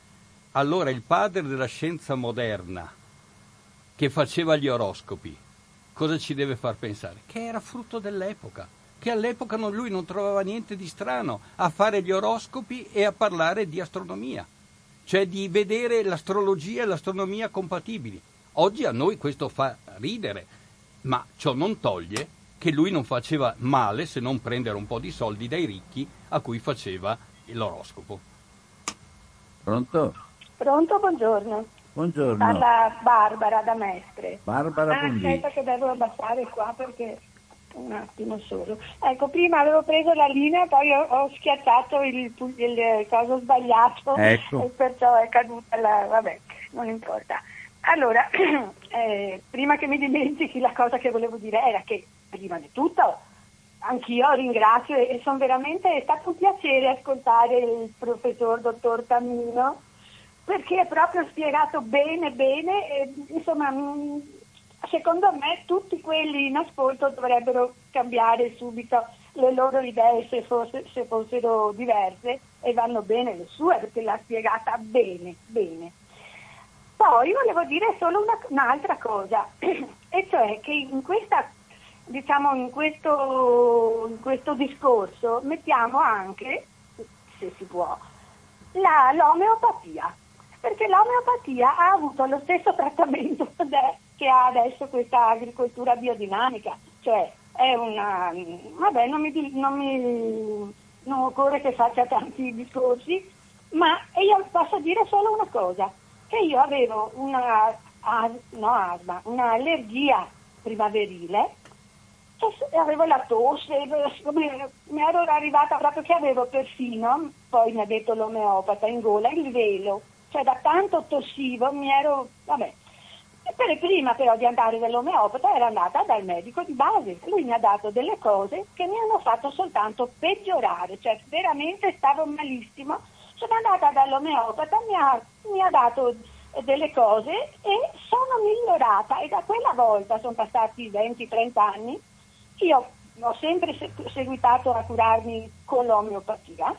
Speaker 3: allora il padre della scienza moderna che faceva gli oroscopi, cosa ci deve far pensare? Che era frutto dell'epoca, che all'epoca lui non trovava niente di strano a fare gli oroscopi e a parlare di astronomia, cioè di vedere l'astrologia e l'astronomia compatibili. Oggi a noi questo fa ridere, ma ciò non toglie che lui non faceva male se non prendere un po' di soldi dai ricchi a cui faceva l'oroscopo.
Speaker 2: Pronto?
Speaker 5: Pronto, buongiorno.
Speaker 2: Buongiorno.
Speaker 5: Parla Barbara da Mestre.
Speaker 2: Barbara Pondì.
Speaker 5: Aspetta che devo abbassare qua perché un attimo solo. Ecco, prima avevo preso la linea, poi ho schiacciato il coso sbagliato,
Speaker 2: Ecco.
Speaker 5: e perciò è caduta la... vabbè, non importa. Allora, prima che mi dimentichi, la cosa che volevo dire era che, prima di tutto, anch'io ringrazio e sono veramente, è stato un piacere ascoltare il professor dottor Tamino, perché è proprio spiegato bene, e, insomma, secondo me tutti quelli in ascolto dovrebbero cambiare subito le loro idee se fossero diverse, e vanno bene le sue perché l'ha spiegata bene. Poi volevo dire solo un'altra cosa, e cioè che in questa, diciamo, in questo discorso mettiamo anche, se si può, l'omeopatia, perché l'omeopatia ha avuto lo stesso trattamento che ha adesso questa agricoltura biodinamica, cioè è una, vabbè, non occorre che faccia tanti discorsi, ma io posso dire solo una cosa, che io avevo un'allergia primaverile, avevo la tosse, mi ero arrivata proprio che avevo perfino, poi mi ha detto l'omeopata, in gola il velo, cioè da tanto tossivo vabbè. E prima però di andare dall'omeopata ero andata dal medico di base, lui mi ha dato delle cose che mi hanno fatto soltanto peggiorare, cioè veramente stavo malissimo. Sono andata dall'omeopata, mi ha dato delle cose e sono migliorata, e da quella volta sono passati 20-30 anni, io ho sempre seguitato a curarmi con l'omeopatia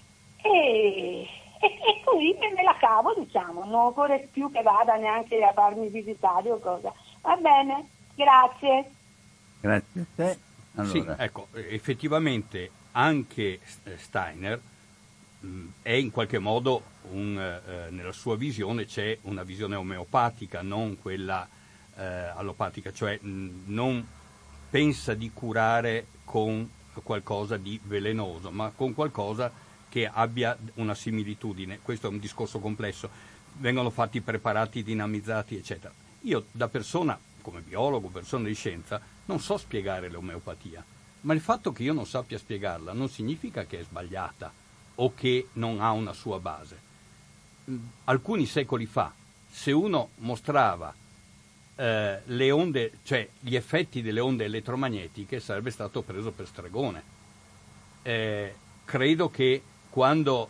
Speaker 5: e così me la cavo, diciamo, non occorre più che vada neanche a farmi visitare o cosa. Va bene, grazie.
Speaker 2: Grazie a te. Allora.
Speaker 3: Sì, ecco, effettivamente anche Steiner è in qualche modo nella sua visione c'è una visione omeopatica, non quella allopatica, cioè non pensa di curare con qualcosa di velenoso, ma con qualcosa che abbia una similitudine. Questo è un discorso complesso, vengono fatti preparati dinamizzati, eccetera. Io da persona, come biologo, persona di scienza, non so spiegare l'omeopatia, ma il fatto che io non sappia spiegarla non significa che è sbagliata o che non ha una sua base. Alcuni secoli fa, se uno mostrava le onde, cioè gli effetti delle onde elettromagnetiche, sarebbe stato preso per stregone. Credo che quando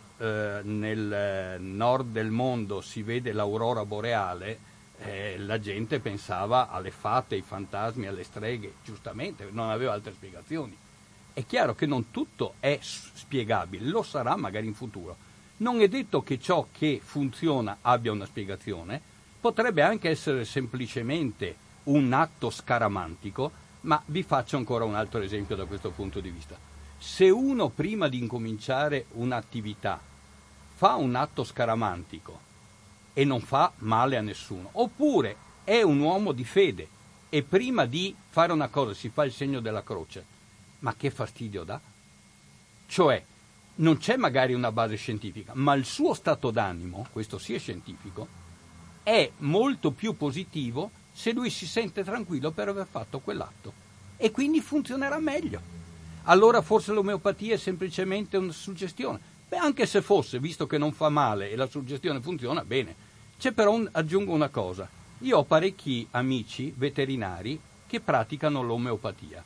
Speaker 3: nel nord del mondo si vede l'aurora boreale, la gente pensava alle fate, ai fantasmi, alle streghe, giustamente, non aveva altre spiegazioni. È chiaro che non tutto è spiegabile, lo sarà magari in futuro. Non è detto che ciò che funziona abbia una spiegazione, potrebbe anche essere semplicemente un atto scaramantico, ma vi faccio ancora un altro esempio da questo punto di vista. Se uno prima di incominciare un'attività fa un atto scaramantico e non fa male a nessuno, oppure è un uomo di fede e prima di fare una cosa si fa il segno della croce, ma che fastidio dà? Cioè, non c'è magari una base scientifica, ma il suo stato d'animo, questo sì è scientifico, è molto più positivo se lui si sente tranquillo per aver fatto quell'atto, e quindi funzionerà meglio. Allora forse l'omeopatia è semplicemente una suggestione. Beh, anche se fosse, visto che non fa male e la suggestione funziona, bene. C'è però, aggiungo una cosa, io ho parecchi amici veterinari che praticano l'omeopatia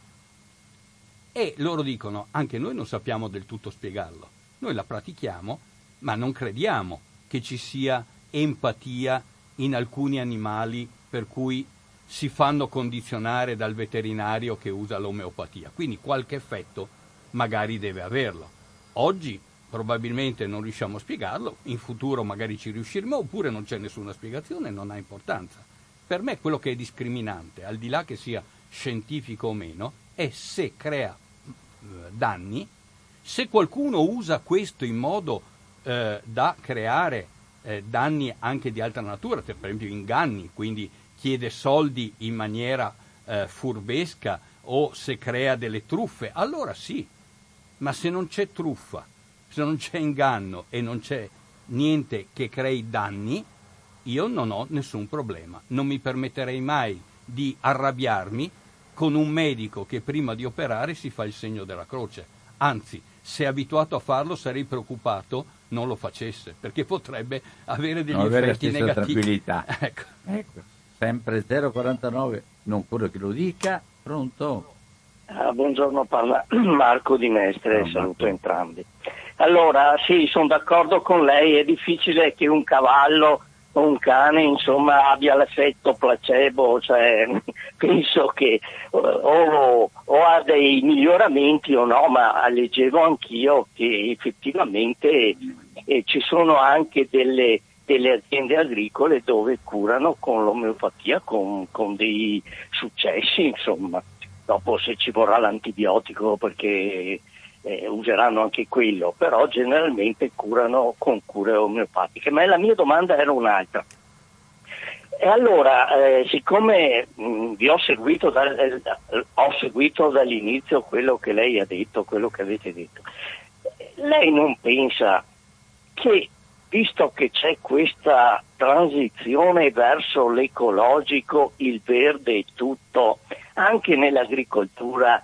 Speaker 3: e loro dicono, anche noi non sappiamo del tutto spiegarlo, noi la pratichiamo, ma non crediamo che ci sia empatia in alcuni animali per cui si fanno condizionare dal veterinario che usa l'omeopatia, quindi qualche effetto magari deve averlo. Oggi probabilmente non riusciamo a spiegarlo, in futuro magari ci riusciremo, oppure non c'è nessuna spiegazione, non ha importanza. Per me quello che è discriminante, al di là che sia scientifico o meno, è se crea danni, se qualcuno usa questo in modo da creare danni anche di altra natura, per esempio inganni, quindi chiede soldi in maniera furbesca, o se crea delle truffe, allora sì. Ma se non c'è truffa, se non c'è inganno e non c'è niente che crei danni, io non ho nessun problema. Non mi permetterei mai di arrabbiarmi con un medico che prima di operare si fa il segno della croce. Anzi, se è abituato a farlo sarei preoccupato non lo facesse, perché potrebbe avere degli effetti negativi.
Speaker 2: Tranquillità. Ecco. Sempre 049, non quello che lo dica. Pronto?
Speaker 6: Buongiorno, parla Marco di Mestre, saluto entrambi. Allora, sì, sono d'accordo con lei, è difficile che un cavallo o un cane, insomma, abbia l'effetto placebo, cioè penso che o ha dei miglioramenti o no, ma leggevo anch'io che effettivamente ci sono anche delle aziende agricole dove curano con l'omeopatia con dei successi, insomma. Dopo se ci vorrà l'antibiotico perché useranno anche quello, però generalmente curano con cure omeopatiche. Ma la mia domanda era un'altra. E allora, siccome vi ho seguito dall'inizio quello che lei ha detto, quello che avete detto, lei non pensa che, visto che c'è questa transizione verso l'ecologico, il verde e tutto, anche nell'agricoltura,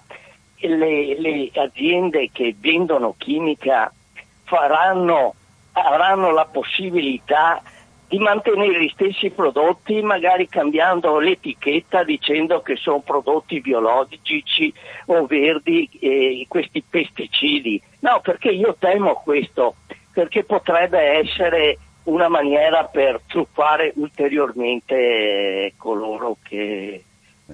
Speaker 6: le aziende che vendono chimica avranno la possibilità di mantenere gli stessi prodotti, magari cambiando l'etichetta dicendo che sono prodotti biologici o verdi, questi pesticidi. No, perché io temo questo, perché potrebbe essere una maniera per truffare ulteriormente coloro che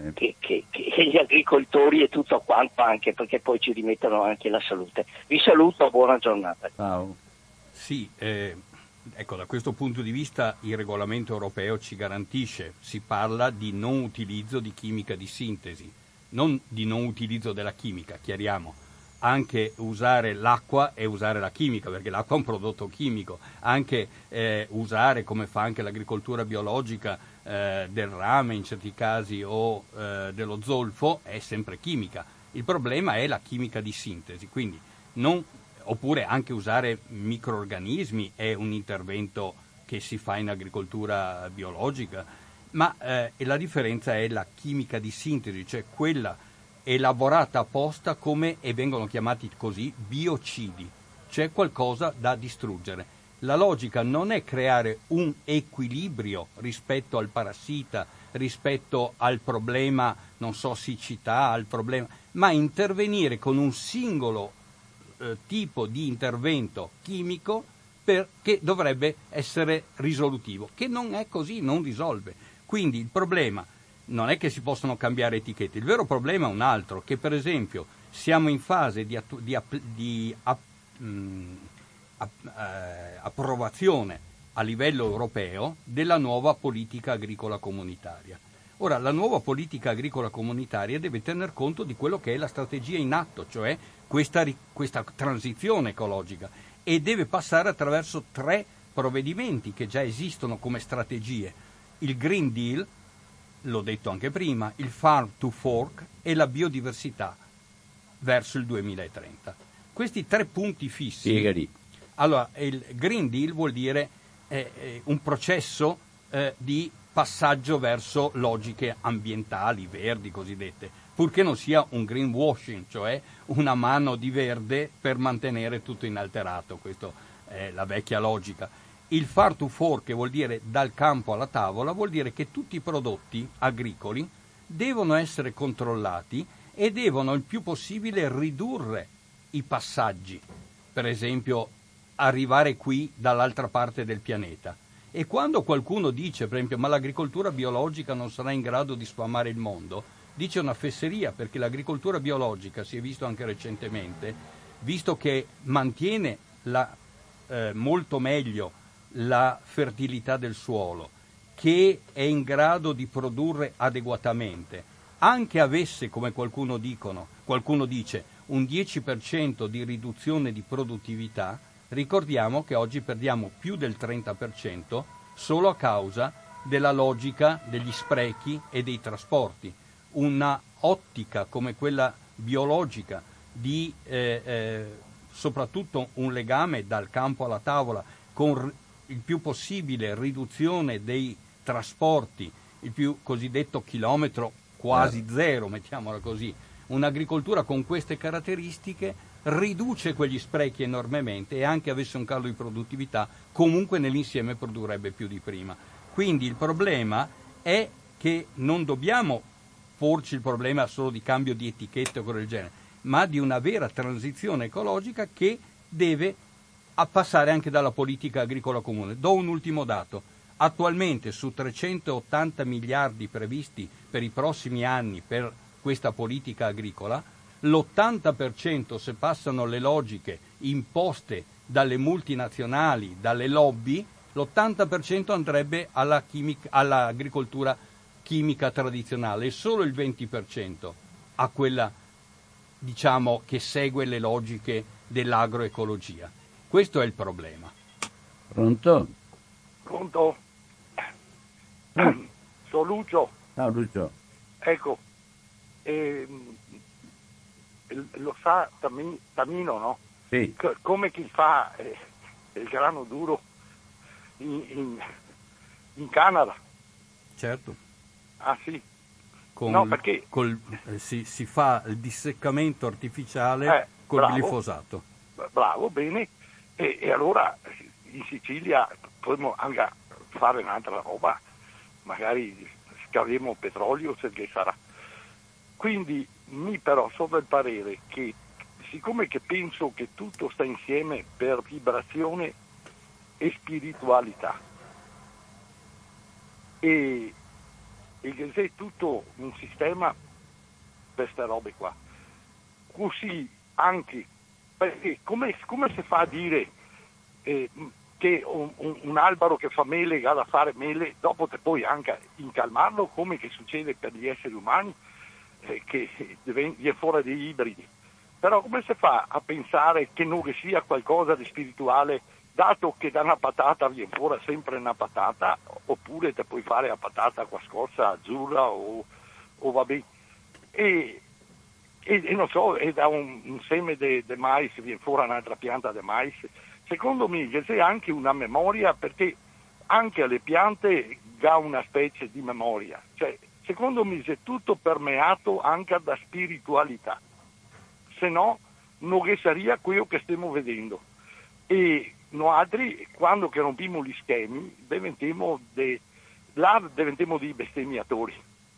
Speaker 6: gli agricoltori e tutto quanto, anche perché poi ci rimettono anche la salute. Vi saluto, buona giornata.
Speaker 2: Ciao.
Speaker 3: Sì, ecco, da questo punto di vista il regolamento europeo ci garantisce, si parla di non utilizzo di chimica di sintesi, non di non utilizzo della chimica, chiariamo. Anche usare l'acqua e usare la chimica, perché l'acqua è un prodotto chimico, anche usare, come fa anche l'agricoltura biologica, del rame in certi casi o dello zolfo, è sempre chimica. Il problema è la chimica di sintesi, quindi oppure anche usare microrganismi è un intervento che si fa in agricoltura biologica, ma la differenza è la chimica di sintesi, cioè quella elaborata apposta e vengono chiamati così biocidi, cioè qualcosa da distruggere. La logica non è creare un equilibrio rispetto al parassita, rispetto al problema, non so, siccità, al problema, ma intervenire con un singolo tipo di intervento chimico che dovrebbe essere risolutivo, che non è così, non risolve. Quindi il problema non è che si possono cambiare etichette, il vero problema è un altro, che per esempio siamo in fase di approvazione a livello europeo della nuova politica agricola comunitaria. Ora, la nuova politica agricola comunitaria deve tener conto di quello che è la strategia in atto, cioè questa transizione ecologica, e deve passare attraverso 3 provvedimenti che già esistono come strategie: il Green Deal, l'ho detto anche prima, il Farm to Fork e la biodiversità verso il 2030. Questi 3 punti fissi.
Speaker 2: Spiegali.
Speaker 3: Allora, il Green Deal vuol dire un processo di passaggio verso logiche ambientali, verdi cosiddette, purché non sia un greenwashing, cioè una mano di verde per mantenere tutto inalterato. Questa è la vecchia logica. Il Farm to Fork, che vuol dire dal campo alla tavola, vuol dire che tutti i prodotti agricoli devono essere controllati e devono il più possibile ridurre i passaggi, per esempio arrivare qui dall'altra parte del pianeta. E quando qualcuno dice, per esempio, ma l'agricoltura biologica non sarà in grado di sfamare il mondo, dice una fesseria, perché l'agricoltura biologica, si è visto anche recentemente, visto che mantiene molto meglio la fertilità del suolo, che è in grado di produrre adeguatamente, anche avesse, come qualcuno dice, un 10% di riduzione di produttività, ricordiamo che oggi perdiamo più del 30% solo a causa della logica degli sprechi e dei trasporti. Una ottica come quella biologica di soprattutto un legame dal campo alla tavola con il più possibile riduzione dei trasporti, il più cosiddetto chilometro quasi zero, mettiamola così. Un'agricoltura con queste caratteristiche riduce quegli sprechi enormemente e anche avesse un calo di produttività, comunque nell'insieme produrrebbe più di prima. Quindi il problema è che non dobbiamo porci il problema solo di cambio di etichette o cose del genere, ma di una vera transizione ecologica che deve passare anche dalla politica agricola comune. Do un ultimo dato. Attualmente su 380 miliardi previsti per i prossimi anni per questa politica agricola, l'80%, se passano le logiche imposte dalle multinazionali, dalle lobby, l'80% andrebbe all'agricoltura chimica tradizionale e solo il 20% a quella, diciamo, che segue le logiche dell'agroecologia. Questo è il problema.
Speaker 2: Pronto?
Speaker 4: Pronto? Sono Lucio.
Speaker 2: Ciao Lucio.
Speaker 4: Ecco, lo sa Tamino, no?
Speaker 2: Sì.
Speaker 4: Come chi fa il grano duro in Canada.
Speaker 3: Certo.
Speaker 4: Ah sì?
Speaker 3: No,
Speaker 4: perché
Speaker 3: si fa il disseccamento artificiale col glifosato.
Speaker 4: Bravo, bene. E allora in Sicilia potremmo anche fare un'altra roba, magari scaviamo petrolio, se che sarà. Quindi però sono del parere che, siccome che penso che tutto sta insieme per vibrazione e spiritualità, e che c'è tutto un sistema per queste robe qua, così anche, perché come si fa a dire che un albero che fa mele ha da fare mele, dopo te puoi anche incalmarlo, come che succede per gli esseri umani, che viene fuori degli ibridi. Però come si fa a pensare che non sia qualcosa di spirituale, dato che da una patata viene fuori sempre una patata, oppure te puoi fare la patata qua scorsa azzurra o vabbè, e non so, e da un seme di mais viene fuori un'altra pianta di mais. Secondo me c'è anche una memoria, perché anche alle piante ha una specie di memoria, cioè secondo me è tutto permeato anche da spiritualità, se no non sarebbe quello che stiamo vedendo. E noi altri, quando che rompimo gli schemi, diventiamo dei bestemmiatori.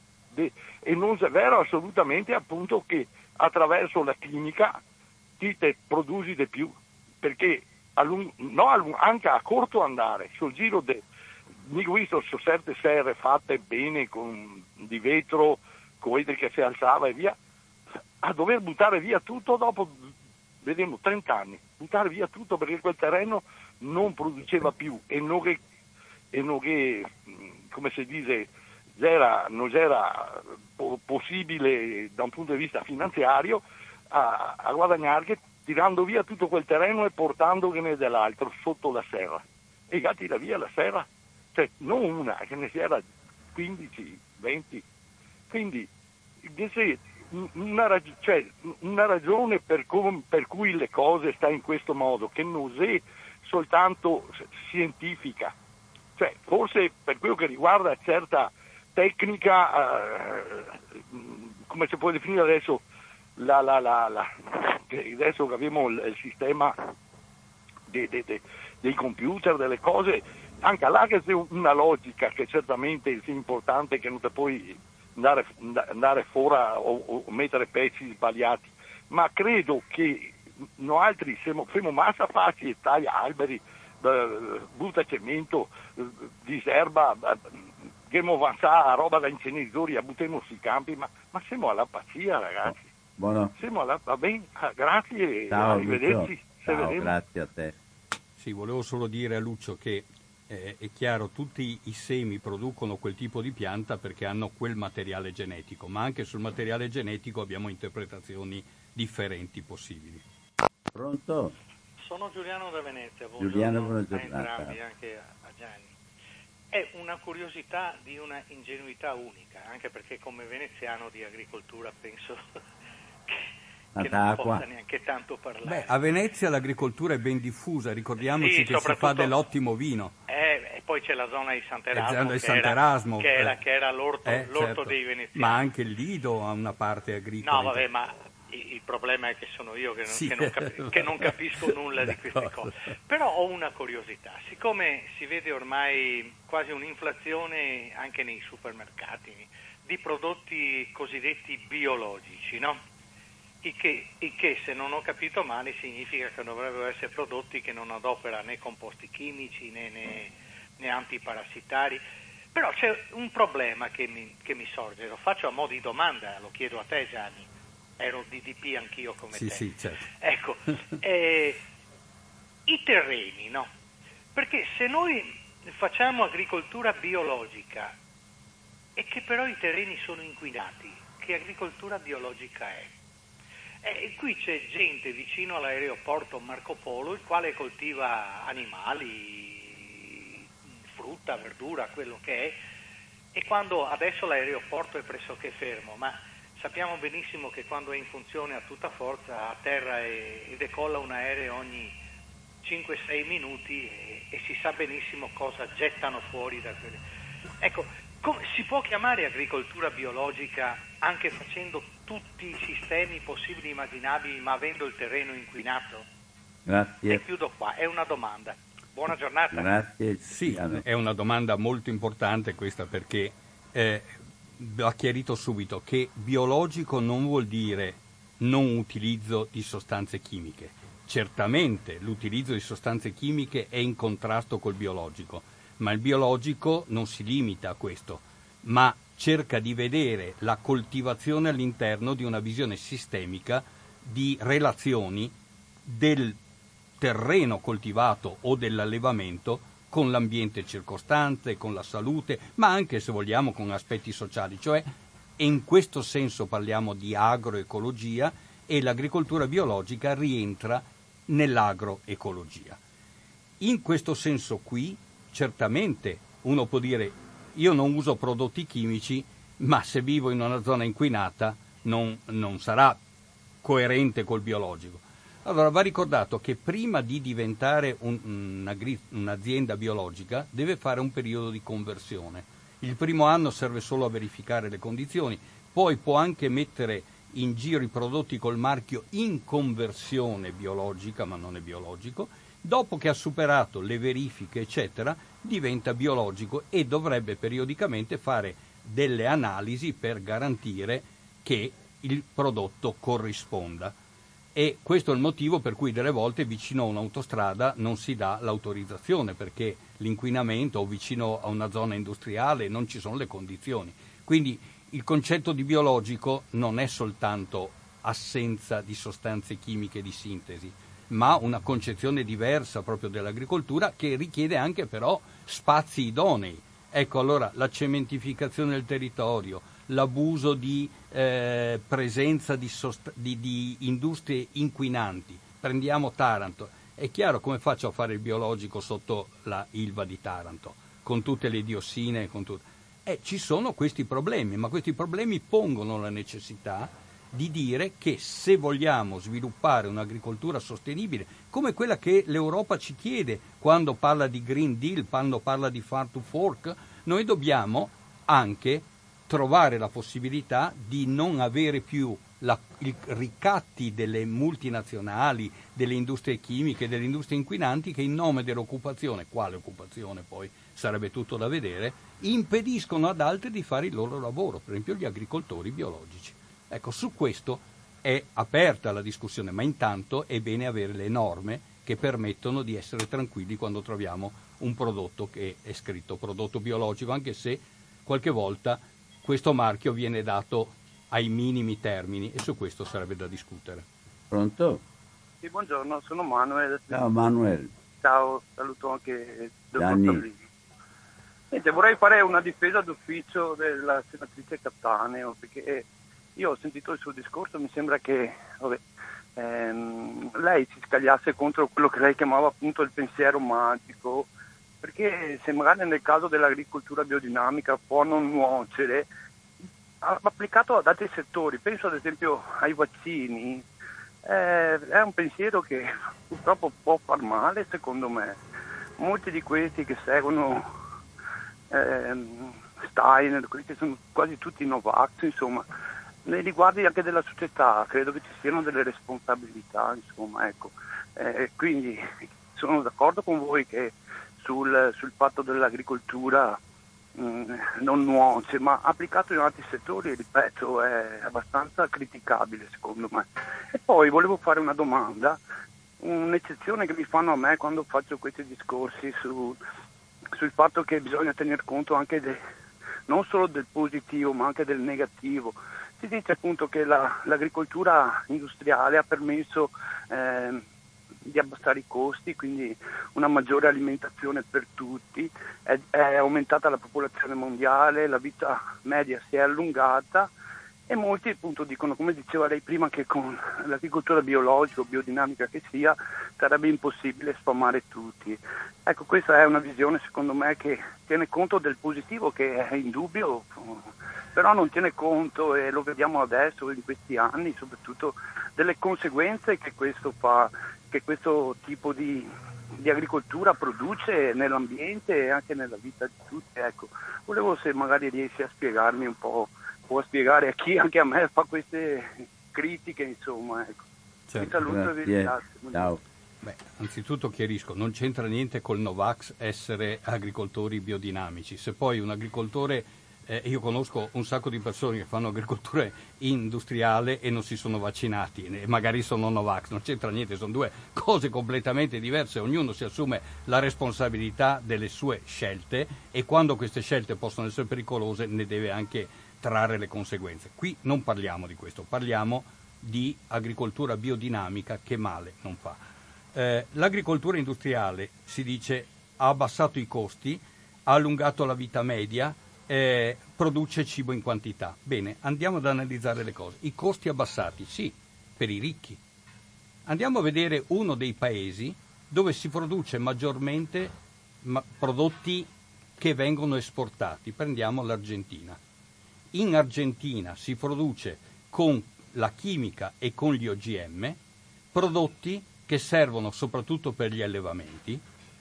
Speaker 4: E non è vero assolutamente, appunto, che attraverso la chimica ti te produci di più, perché anche a corto andare, sul giro mica visto su certe serre fatte bene con di vetro, con che si alzava e via, a dover buttare via tutto dopo, vediamo, 30 anni, buttare via tutto perché quel terreno non produceva più e non che come si dice, non era possibile da un punto di vista finanziario a guadagnare, tirando via tutto quel terreno e portandone dell'altro sotto la serra. E già tira via la serra, cioè non una, che ne sia 15, 20. Quindi una ragione per cui le cose sta in questo modo, che non è soltanto scientifica, cioè forse per quello che riguarda certa tecnica, come si può definire adesso, adesso che abbiamo il sistema dei computer, delle cose, anche là che c'è una logica che certamente è importante, che non ti puoi andare fuori o mettere pezzi sbagliati, ma credo che noi altri siamo massa facile, taglia alberi, butta cemento, diserba, abbiamo avanzata roba da inceneritori, la buttiamo sui campi, ma siamo alla pazzia, ragazzi.
Speaker 2: Buono.
Speaker 4: Siamo va bene, grazie,
Speaker 2: Ciao,
Speaker 4: arrivederci.
Speaker 2: Lucio. Ciao, grazie a te.
Speaker 3: Sì, volevo solo dire a Lucio che è chiaro, tutti i semi producono quel tipo di pianta perché hanno quel materiale genetico, ma anche sul materiale genetico abbiamo interpretazioni differenti possibili.
Speaker 2: Pronto?
Speaker 7: Sono Giuliano da Venezia,
Speaker 2: Giuliano,
Speaker 7: buona
Speaker 2: buona
Speaker 7: a entrambi, anche a Gianni. È una curiosità di una ingenuità unica, anche perché come veneziano di agricoltura penso che non possa neanche tanto parlare.
Speaker 3: Beh, a Venezia l'agricoltura è ben diffusa, ricordiamoci
Speaker 7: sì,
Speaker 3: che si fa dell'ottimo vino.
Speaker 7: E poi c'è la zona di Sant'Erasmo, che era l'orto
Speaker 3: certo.
Speaker 7: dei veneziani.
Speaker 3: Ma anche il Lido ha una parte agricola.
Speaker 7: No, vabbè, ma il problema è che sono io che non capisco nulla di queste cose. Però ho una curiosità, siccome si vede ormai quasi un'inflazione anche nei supermercati di prodotti cosiddetti biologici, no? Il che, se non ho capito male, significa che dovrebbero essere prodotti che non adoperano né composti chimici né antiparassitari. Però c'è un problema che mi sorge, lo faccio a mo' di domanda, lo chiedo a te Gianni, ero DDP anch'io come te.
Speaker 3: Sì, certo.
Speaker 7: Ecco, i terreni, no? Perché se noi facciamo agricoltura biologica e che però i terreni sono inquinati, che agricoltura biologica è? Qui c'è gente vicino all'aeroporto Marco Polo, il quale coltiva animali, frutta, verdura, quello che è, e quando adesso l'aeroporto è pressoché fermo, ma sappiamo benissimo che quando è in funzione a tutta forza atterra e decolla un aereo ogni 5-6 minuti e si sa benissimo cosa gettano fuori da quelle. Ecco, si può chiamare agricoltura biologica anche facendo tutti i sistemi possibili e immaginabili ma avendo il terreno inquinato?
Speaker 2: Grazie.
Speaker 7: E chiudo qua, è una domanda. Buona giornata.
Speaker 2: Grazie.
Speaker 3: Sì, è una domanda molto importante questa perché va chiarito subito che biologico non vuol dire non utilizzo di sostanze chimiche. Certamente l'utilizzo di sostanze chimiche è in contrasto col biologico, ma il biologico non si limita a questo, ma cerca di vedere la coltivazione all'interno di una visione sistemica di relazioni del terreno coltivato o dell'allevamento con l'ambiente circostante, con la salute, ma anche, se vogliamo, con aspetti sociali. Cioè, in questo senso parliamo di agroecologia e l'agricoltura biologica rientra nell'agroecologia. In questo senso qui, certamente, uno può dire io non uso prodotti chimici, ma se vivo in una zona inquinata non sarà coerente col biologico. Allora va ricordato che prima di diventare un'azienda biologica deve fare un periodo di conversione. Il primo anno serve solo a verificare le condizioni, poi può anche mettere in giro i prodotti col marchio in conversione biologica, ma non è biologico. Dopo che ha superato le verifiche, eccetera, diventa biologico e dovrebbe periodicamente fare delle analisi per garantire che il prodotto corrisponda. E questo è il motivo per cui delle volte vicino a un'autostrada non si dà l'autorizzazione, perché l'inquinamento o vicino a una zona industriale non ci sono le condizioni. Quindi il concetto di biologico non è soltanto assenza di sostanze chimiche di sintesi, ma una concezione diversa proprio dell'agricoltura che richiede anche però spazi idonei. Ecco, allora la cementificazione del territorio, l'abuso di presenza di industrie inquinanti. Prendiamo Taranto. È chiaro, come faccio a fare il biologico sotto la Ilva di Taranto, con tutte le diossine, con tutto. Ci sono questi problemi, ma questi problemi pongono la necessità di dire che se vogliamo sviluppare un'agricoltura sostenibile, come quella che l'Europa ci chiede quando parla di Green Deal, quando parla di Farm to Fork, noi dobbiamo anche trovare la possibilità di non avere più i ricatti delle multinazionali, delle industrie chimiche, delle industrie inquinanti che in nome dell'occupazione, quale occupazione poi sarebbe tutto da vedere, impediscono ad altri di fare il loro lavoro, per esempio gli agricoltori biologici. Ecco, su questo è aperta la discussione, ma intanto è bene avere le norme che permettono di essere tranquilli quando troviamo un prodotto che è scritto prodotto biologico, anche se qualche volta questo marchio viene dato ai minimi termini e su questo sarebbe da discutere.
Speaker 2: Pronto?
Speaker 8: Sì, buongiorno, sono Manuel.
Speaker 2: Ciao Manuel.
Speaker 8: ciao, saluto anche il dottor
Speaker 2: Gianni.
Speaker 8: Tallini. Niente, vorrei fare una difesa d'ufficio della senatrice Cattaneo, perché io ho sentito il suo discorso, mi sembra che lei si scagliasse contro quello che lei chiamava appunto il pensiero magico, perché se magari nel caso dell'agricoltura biodinamica può non nuocere, applicato ad altri settori, penso ad esempio ai vaccini, è un pensiero che purtroppo può far male secondo me. Molti di questi che seguono Steiner, questi sono quasi tutti Novax, insomma, nei riguardi anche della società credo che ci siano delle responsabilità, insomma, ecco. Quindi sono d'accordo con voi che sul fatto dell'agricoltura non nuoce, ma applicato in altri settori, ripeto, è abbastanza criticabile secondo me. E poi volevo fare una domanda, un'eccezione che mi fanno a me quando faccio questi discorsi sul fatto che bisogna tener conto anche non solo del positivo ma anche del negativo. Si dice appunto che l'agricoltura industriale ha permesso di abbassare i costi, quindi una maggiore alimentazione per tutti, è aumentata la popolazione mondiale, la vita media si è allungata e molti appunto dicono, come diceva lei prima, che con l'agricoltura biologica o biodinamica che sia sarebbe impossibile sfamare tutti. Ecco, questa è una visione secondo me che tiene conto del positivo, che è indubbio, però non tiene conto, e lo vediamo adesso in questi anni, soprattutto delle conseguenze che questo tipo di agricoltura produce nell'ambiente e anche nella vita di tutti. Ecco, volevo se magari riesci a spiegarmi un po', o a spiegare a chi anche a me fa queste critiche, insomma. Ecco.
Speaker 3: Certo.
Speaker 8: Vi saluto e vi ringrazio.
Speaker 2: Ciao.
Speaker 3: Beh, anzitutto chiarisco, non c'entra niente col Novax essere agricoltori biodinamici. Se poi un agricoltore, io conosco un sacco di persone che fanno agricoltura industriale e non si sono vaccinati, e magari sono Novax, non c'entra niente, sono due cose completamente diverse, ognuno si assume la responsabilità delle sue scelte e quando queste scelte possono essere pericolose ne deve anche trarre le conseguenze. Qui non parliamo di questo, parliamo di agricoltura biodinamica che male non fa. L'agricoltura industriale, si dice, ha abbassato i costi, ha allungato la vita media, produce cibo in quantità. Bene, andiamo ad analizzare le cose. I costi abbassati, sì, per i ricchi. Andiamo a vedere uno dei paesi dove si produce maggiormente prodotti che vengono esportati. Prendiamo l'Argentina. In Argentina si produce con la chimica e con gli OGM prodotti che servono soprattutto per gli allevamenti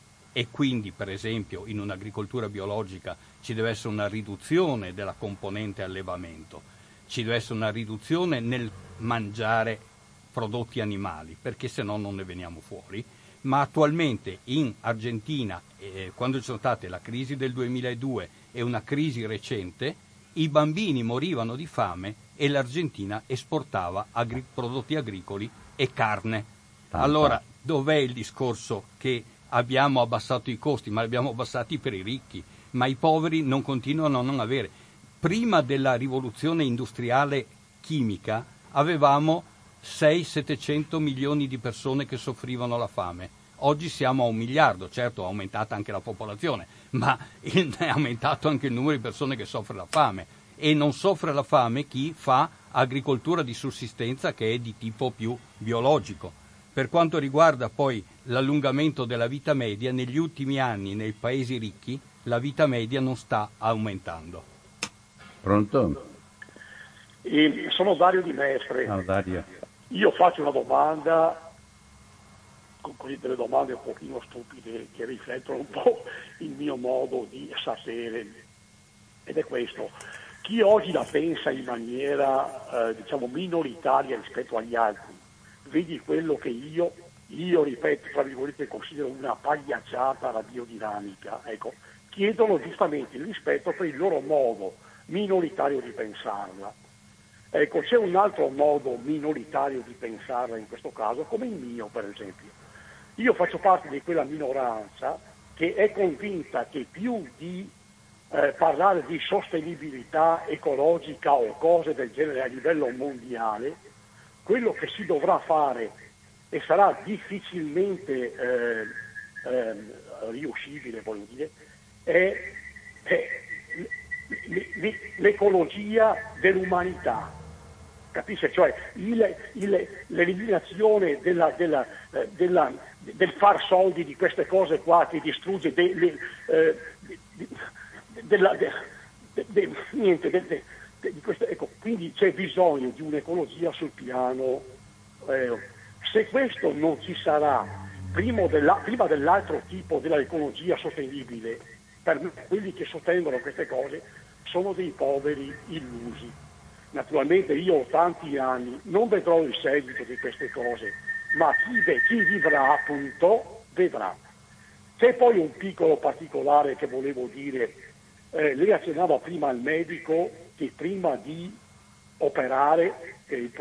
Speaker 3: e quindi, per esempio, in un'agricoltura biologica ci deve essere una riduzione della componente allevamento, ci deve essere una riduzione nel mangiare prodotti animali, perché se no non ne veniamo fuori. Ma attualmente in Argentina, quando ci sono state la crisi del 2002 e una crisi recente, i bambini morivano di fame e l'Argentina esportava prodotti agricoli e carne. Allora, dov'è il discorso che abbiamo abbassato i costi, ma li abbiamo abbassati per i ricchi, ma i poveri non continuano a non avere? Prima della rivoluzione industriale chimica avevamo 600-700 milioni di persone che soffrivano la fame. Oggi siamo a 1 miliardo, certo è aumentata anche la popolazione, ma è aumentato anche il numero di persone che soffre la fame. E non soffre la fame chi fa agricoltura di sussistenza, che è di tipo più biologico. Per quanto riguarda poi l'allungamento della vita media, negli ultimi anni nei paesi ricchi la vita media non sta aumentando.
Speaker 2: Pronto?
Speaker 9: Sono Dario di Mestre.
Speaker 2: Ciao Dario.
Speaker 9: Io faccio una domanda, con delle domande un pochino stupide che riflettono un po' il mio modo di sapere, ed è questo: chi oggi la pensa in maniera minoritaria rispetto agli altri, vedi quello che io ripeto, tra virgolette, considero una pagliacciata la biodinamica, ecco, chiedono giustamente il rispetto per il loro modo minoritario di pensarla. Ecco, c'è un altro modo minoritario di pensarla in questo caso, come il mio per esempio. Io faccio parte di quella minoranza che è convinta che più di parlare di sostenibilità ecologica o cose del genere a livello mondiale, quello che si dovrà fare, e sarà difficilmente riuscibile, voglio dire, è l'ecologia dell'umanità, capisce? Cioè l'eliminazione del far soldi di queste cose qua che distrugge di questo, ecco, quindi c'è bisogno di un'ecologia sul piano, se questo non ci sarà prima dell'altro tipo dell'ecologia sostenibile, per me quelli che sostengono queste cose sono dei poveri illusi. Naturalmente io ho tanti anni, non vedrò il seguito di queste cose, ma chi vivrà appunto vedrà. C'è poi un piccolo particolare che volevo dire, lei accennava prima al medico che prima di operare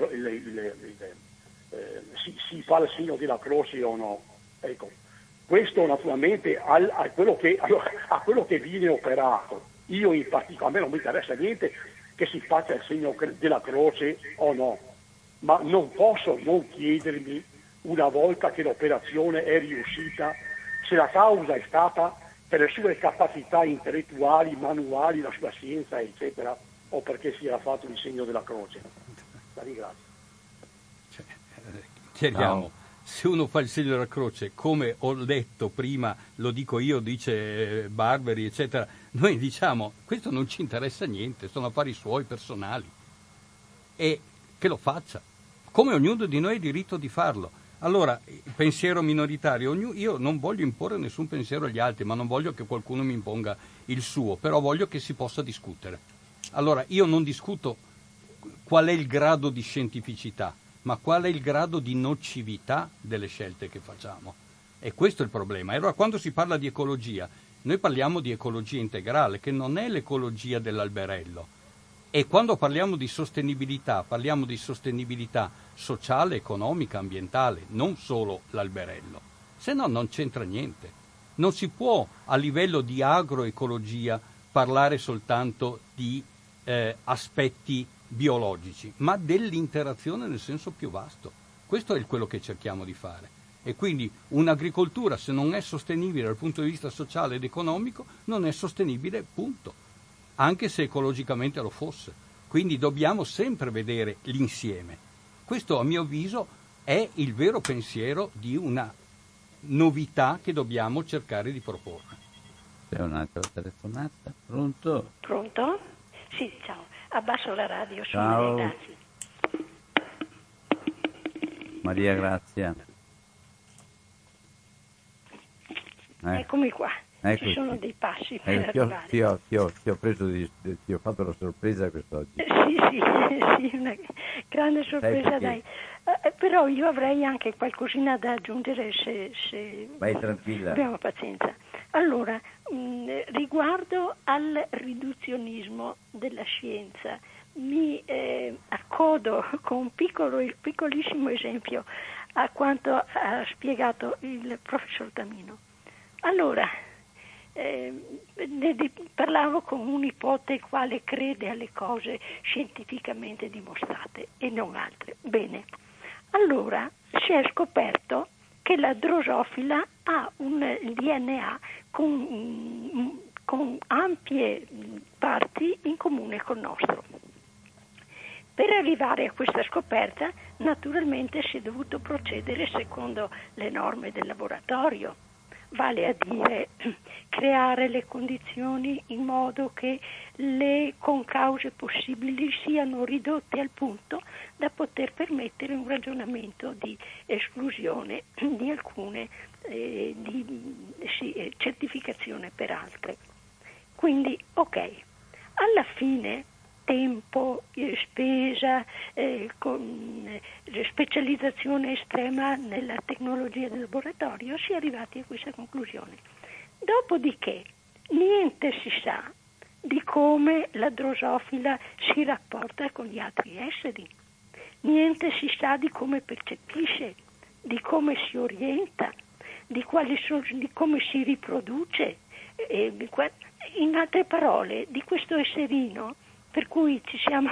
Speaker 9: si fa il segno della croce o no. Ecco, questo naturalmente a quello che viene operato. Io in particolare, a me non mi interessa niente che si faccia il segno della croce o no, ma non posso non chiedermi, una volta che l'operazione è riuscita, se la causa è stata per le sue capacità intellettuali, manuali, la sua scienza, eccetera, o perché si era fatto il segno della croce. La ringrazio.
Speaker 3: Chiariamo,
Speaker 2: No.
Speaker 3: se uno fa il segno della croce, come ho detto prima, lo dico io, dice Barberi, eccetera, noi diciamo, questo non ci interessa niente, sono affari suoi personali, e che lo faccia, come ognuno di noi ha diritto di farlo. Allora, pensiero minoritario, io non voglio imporre nessun pensiero agli altri, ma non voglio che qualcuno mi imponga il suo, però voglio che si possa discutere. Allora, io non discuto qual è il grado di scientificità, ma qual è il grado di nocività delle scelte che facciamo. E questo è il problema. E allora, quando si parla di ecologia, noi parliamo di ecologia integrale, che non è l'ecologia dell'alberello. E quando parliamo di sostenibilità sociale, economica, ambientale, non solo l'alberello. Se no non c'entra niente. Non si può a livello di agroecologia parlare soltanto di aspetti biologici, ma dell'interazione nel senso più vasto. Questo è quello che cerchiamo di fare. E quindi un'agricoltura, se non è sostenibile dal punto di vista sociale ed economico, non è sostenibile, punto. Anche se ecologicamente lo fosse. Quindi dobbiamo sempre vedere l'insieme. Questo, a mio avviso, è il vero pensiero di una novità che dobbiamo cercare di proporre.
Speaker 2: C'è un'altra telefonata. Pronto?
Speaker 10: Pronto? Sì, ciao. Abbasso la radio, sono
Speaker 2: Ciao.
Speaker 10: Maria Grazia.
Speaker 2: Maria Grazia.
Speaker 10: Eccomi qua.
Speaker 2: Eccoci.
Speaker 10: Ci sono dei passi per arrivare.
Speaker 2: Ti ho fatto la sorpresa quest'oggi.
Speaker 10: Sì, una grande sorpresa, dai. Però io avrei anche qualcosina da aggiungere se
Speaker 2: Vai tranquilla.
Speaker 10: abbiamo pazienza. Allora, riguardo al riduzionismo della scienza, mi accodo con un piccolissimo esempio a quanto ha spiegato il professor Tamino. Allora, parlavo con un nipote quale crede alle cose scientificamente dimostrate e non altre. Bene, allora si è scoperto che la drosofila ha un DNA con ampie parti in comune col nostro. Per arrivare a questa scoperta, naturalmente si è dovuto procedere secondo le norme del laboratorio, vale a dire creare le condizioni in modo che le concause possibili siano ridotte al punto da poter permettere un ragionamento di esclusione di alcune certificazione per altre. Quindi, ok, alla fine tempo, spesa, specializzazione estrema nella tecnologia del laboratorio, si è arrivati a questa conclusione. Dopodiché niente si sa di come la drosofila si rapporta con gli altri esseri, niente si sa di come percepisce, di come si orienta, di come si riproduce, in altre parole, di questo esserino per cui ci siamo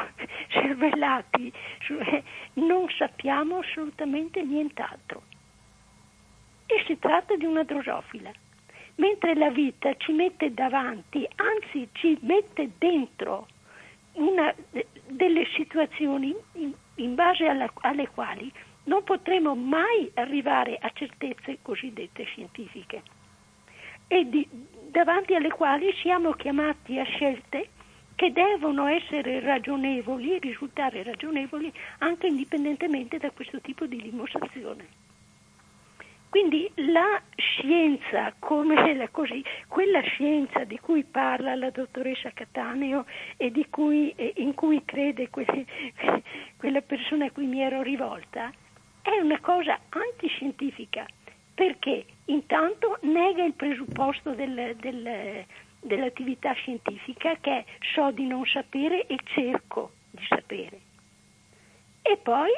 Speaker 10: cervellati, non sappiamo assolutamente nient'altro. e si tratta di una drosofila. Mentre la vita ci mette davanti, anzi ci mette dentro delle situazioni in base alle quali non potremo mai arrivare a certezze cosiddette scientifiche e davanti alle quali siamo chiamati a scelte che devono essere ragionevoli, risultare ragionevoli anche indipendentemente da questo tipo di dimostrazione. Quindi la scienza, quella scienza di cui parla la dottoressa Cattaneo e in cui crede quella persona a cui mi ero rivolta, è una cosa antiscientifica, perché intanto nega il presupposto dell'attività scientifica, che è so di non sapere e cerco di sapere. E poi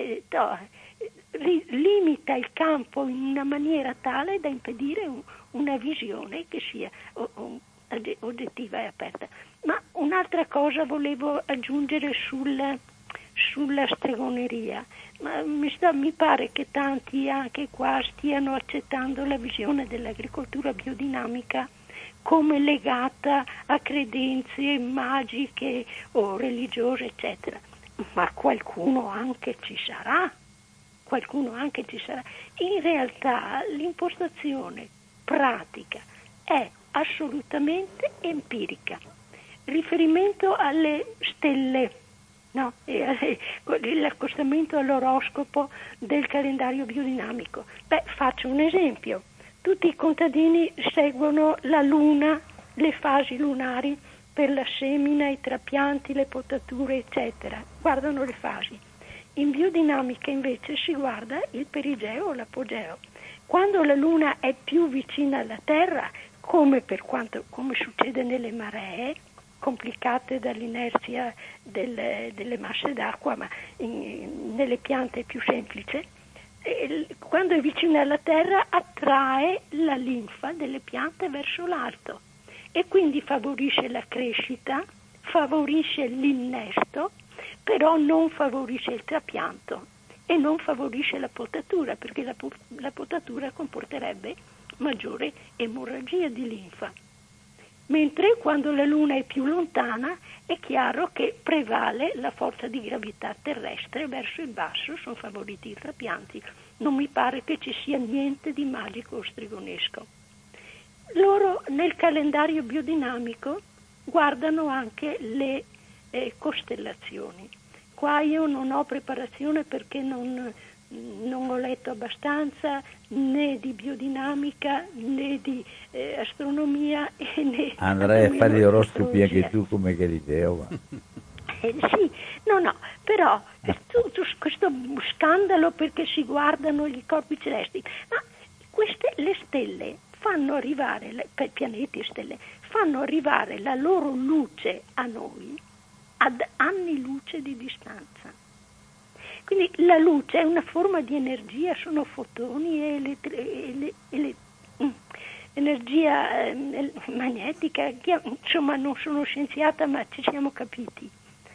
Speaker 10: limita il campo in una maniera tale da impedire una visione che sia oggettiva e aperta. Ma un'altra cosa volevo aggiungere sulla stregoneria. Mi pare che tanti anche qua stiano accettando la visione dell'agricoltura biodinamica come legata a credenze magiche o religiose, eccetera. Ma qualcuno anche ci sarà. In realtà l'impostazione pratica è assolutamente empirica. Riferimento alle stelle, no? L'accostamento all'oroscopo del calendario biodinamico. Faccio un esempio. Tutti i contadini seguono la luna, le fasi lunari per la semina, i trapianti, le potature, eccetera. Guardano le fasi. In biodinamica invece si guarda il perigeo o l'apogeo. Quando la luna è più vicina alla Terra, come succede nelle maree, complicate dall'inerzia delle masse d'acqua, ma nelle piante è più semplice, quando è vicina alla Terra attrae la linfa delle piante verso l'alto e quindi favorisce la crescita, favorisce l'innesto, però non favorisce il trapianto e non favorisce la potatura, perché la potatura comporterebbe maggiore emorragia di linfa. Mentre quando la Luna è più lontana è chiaro che prevale la forza di gravità terrestre verso il basso, sono favoriti i trapianti. Non mi pare che ci sia niente di magico o stregonesco. Loro nel calendario biodinamico guardano anche le costellazioni. Qua io non ho preparazione perché non ho letto abbastanza né di biodinamica né di astronomia né
Speaker 2: andrai a fare gli oroscopi anche tu come Galileo.
Speaker 10: Sì, no, però tutto questo scandalo perché si guardano gli corpi celesti, ma le stelle fanno arrivare, pianeti e stelle, fanno arrivare la loro luce a noi ad anni luce di distanza. Quindi la luce è una forma di energia, sono fotoni e energia magnetica, insomma non sono scienziata ma ci siamo capiti.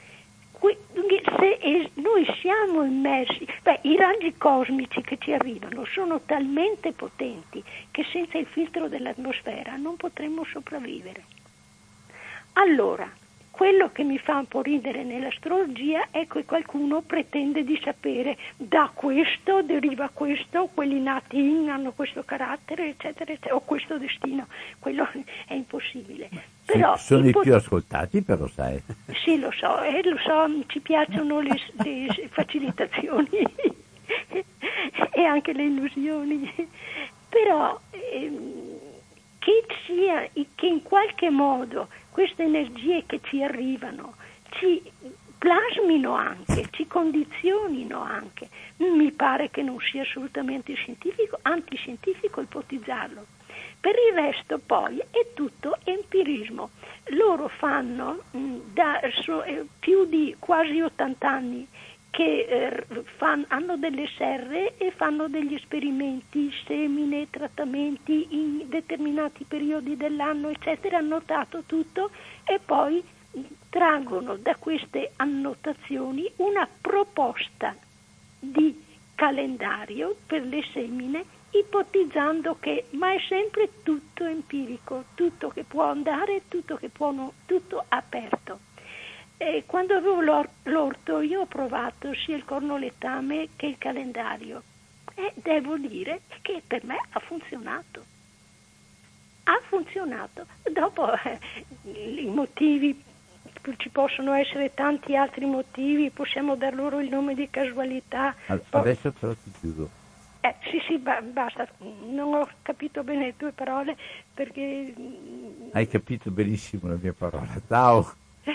Speaker 10: Se noi siamo immersi, i raggi cosmici che ci arrivano sono talmente potenti che senza il filtro dell'atmosfera non potremmo sopravvivere. Allora, quello che mi fa un po' ridere nell'astrologia è che qualcuno pretende di sapere da questo deriva questo, quelli nati hanno questo carattere, eccetera, eccetera, o questo destino. Quello è impossibile. Però
Speaker 2: sono i più ascoltati, però sai.
Speaker 10: Sì, lo so, ci piacciono le facilitazioni e anche le illusioni. Però che in qualche modo queste energie che ci arrivano ci plasmino anche, ci condizionino anche. Mi pare che non sia assolutamente scientifico, antiscientifico ipotizzarlo. Per il resto poi è tutto empirismo. Loro fanno da più di quasi 80 anni che hanno delle serre e fanno degli esperimenti, semine, trattamenti in determinati periodi dell'anno, eccetera, hanno notato tutto e poi traggono da queste annotazioni una proposta di calendario per le semine ipotizzando che, ma è sempre tutto empirico, tutto che può andare, tutto che può non, tutto aperto. E quando avevo l'orto io ho provato sia il cornoletame che il calendario e devo dire che per me ha funzionato. Ha funzionato. Dopo i motivi, ci possono essere tanti altri motivi, possiamo dar loro il nome di casualità.
Speaker 2: Adesso però ti chiudo.
Speaker 10: Sì, basta, non ho capito bene le tue parole perché...
Speaker 2: Hai capito benissimo la mia parola, ciao.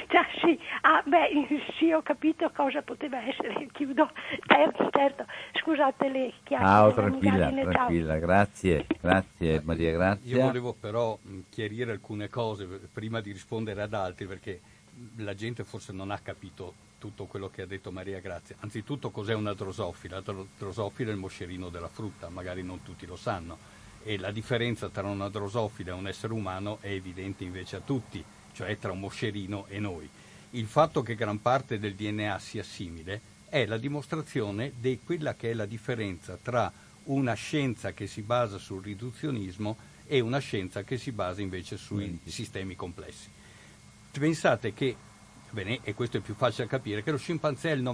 Speaker 10: Sì, ho capito cosa poteva essere, chiudo, certo, scusate le chiacchiere.
Speaker 2: Ciao, tranquilla, grazie Maria Grazia.
Speaker 3: Io volevo però chiarire alcune cose prima di rispondere ad altri, perché la gente forse non ha capito tutto quello che ha detto Maria Grazia. Anzitutto cos'è una drosofila? La drosofila è il moscerino della frutta, magari non tutti lo sanno, e la differenza tra una drosofila e un essere umano è evidente invece a tutti, cioè tra un moscerino e noi. Il fatto che gran parte del DNA sia simile è la dimostrazione di quella che è la differenza tra una scienza che si basa sul riduzionismo e una scienza che si basa invece sui sistemi complessi. Pensate che, bene, e questo è più facile da capire, che lo scimpanzé è il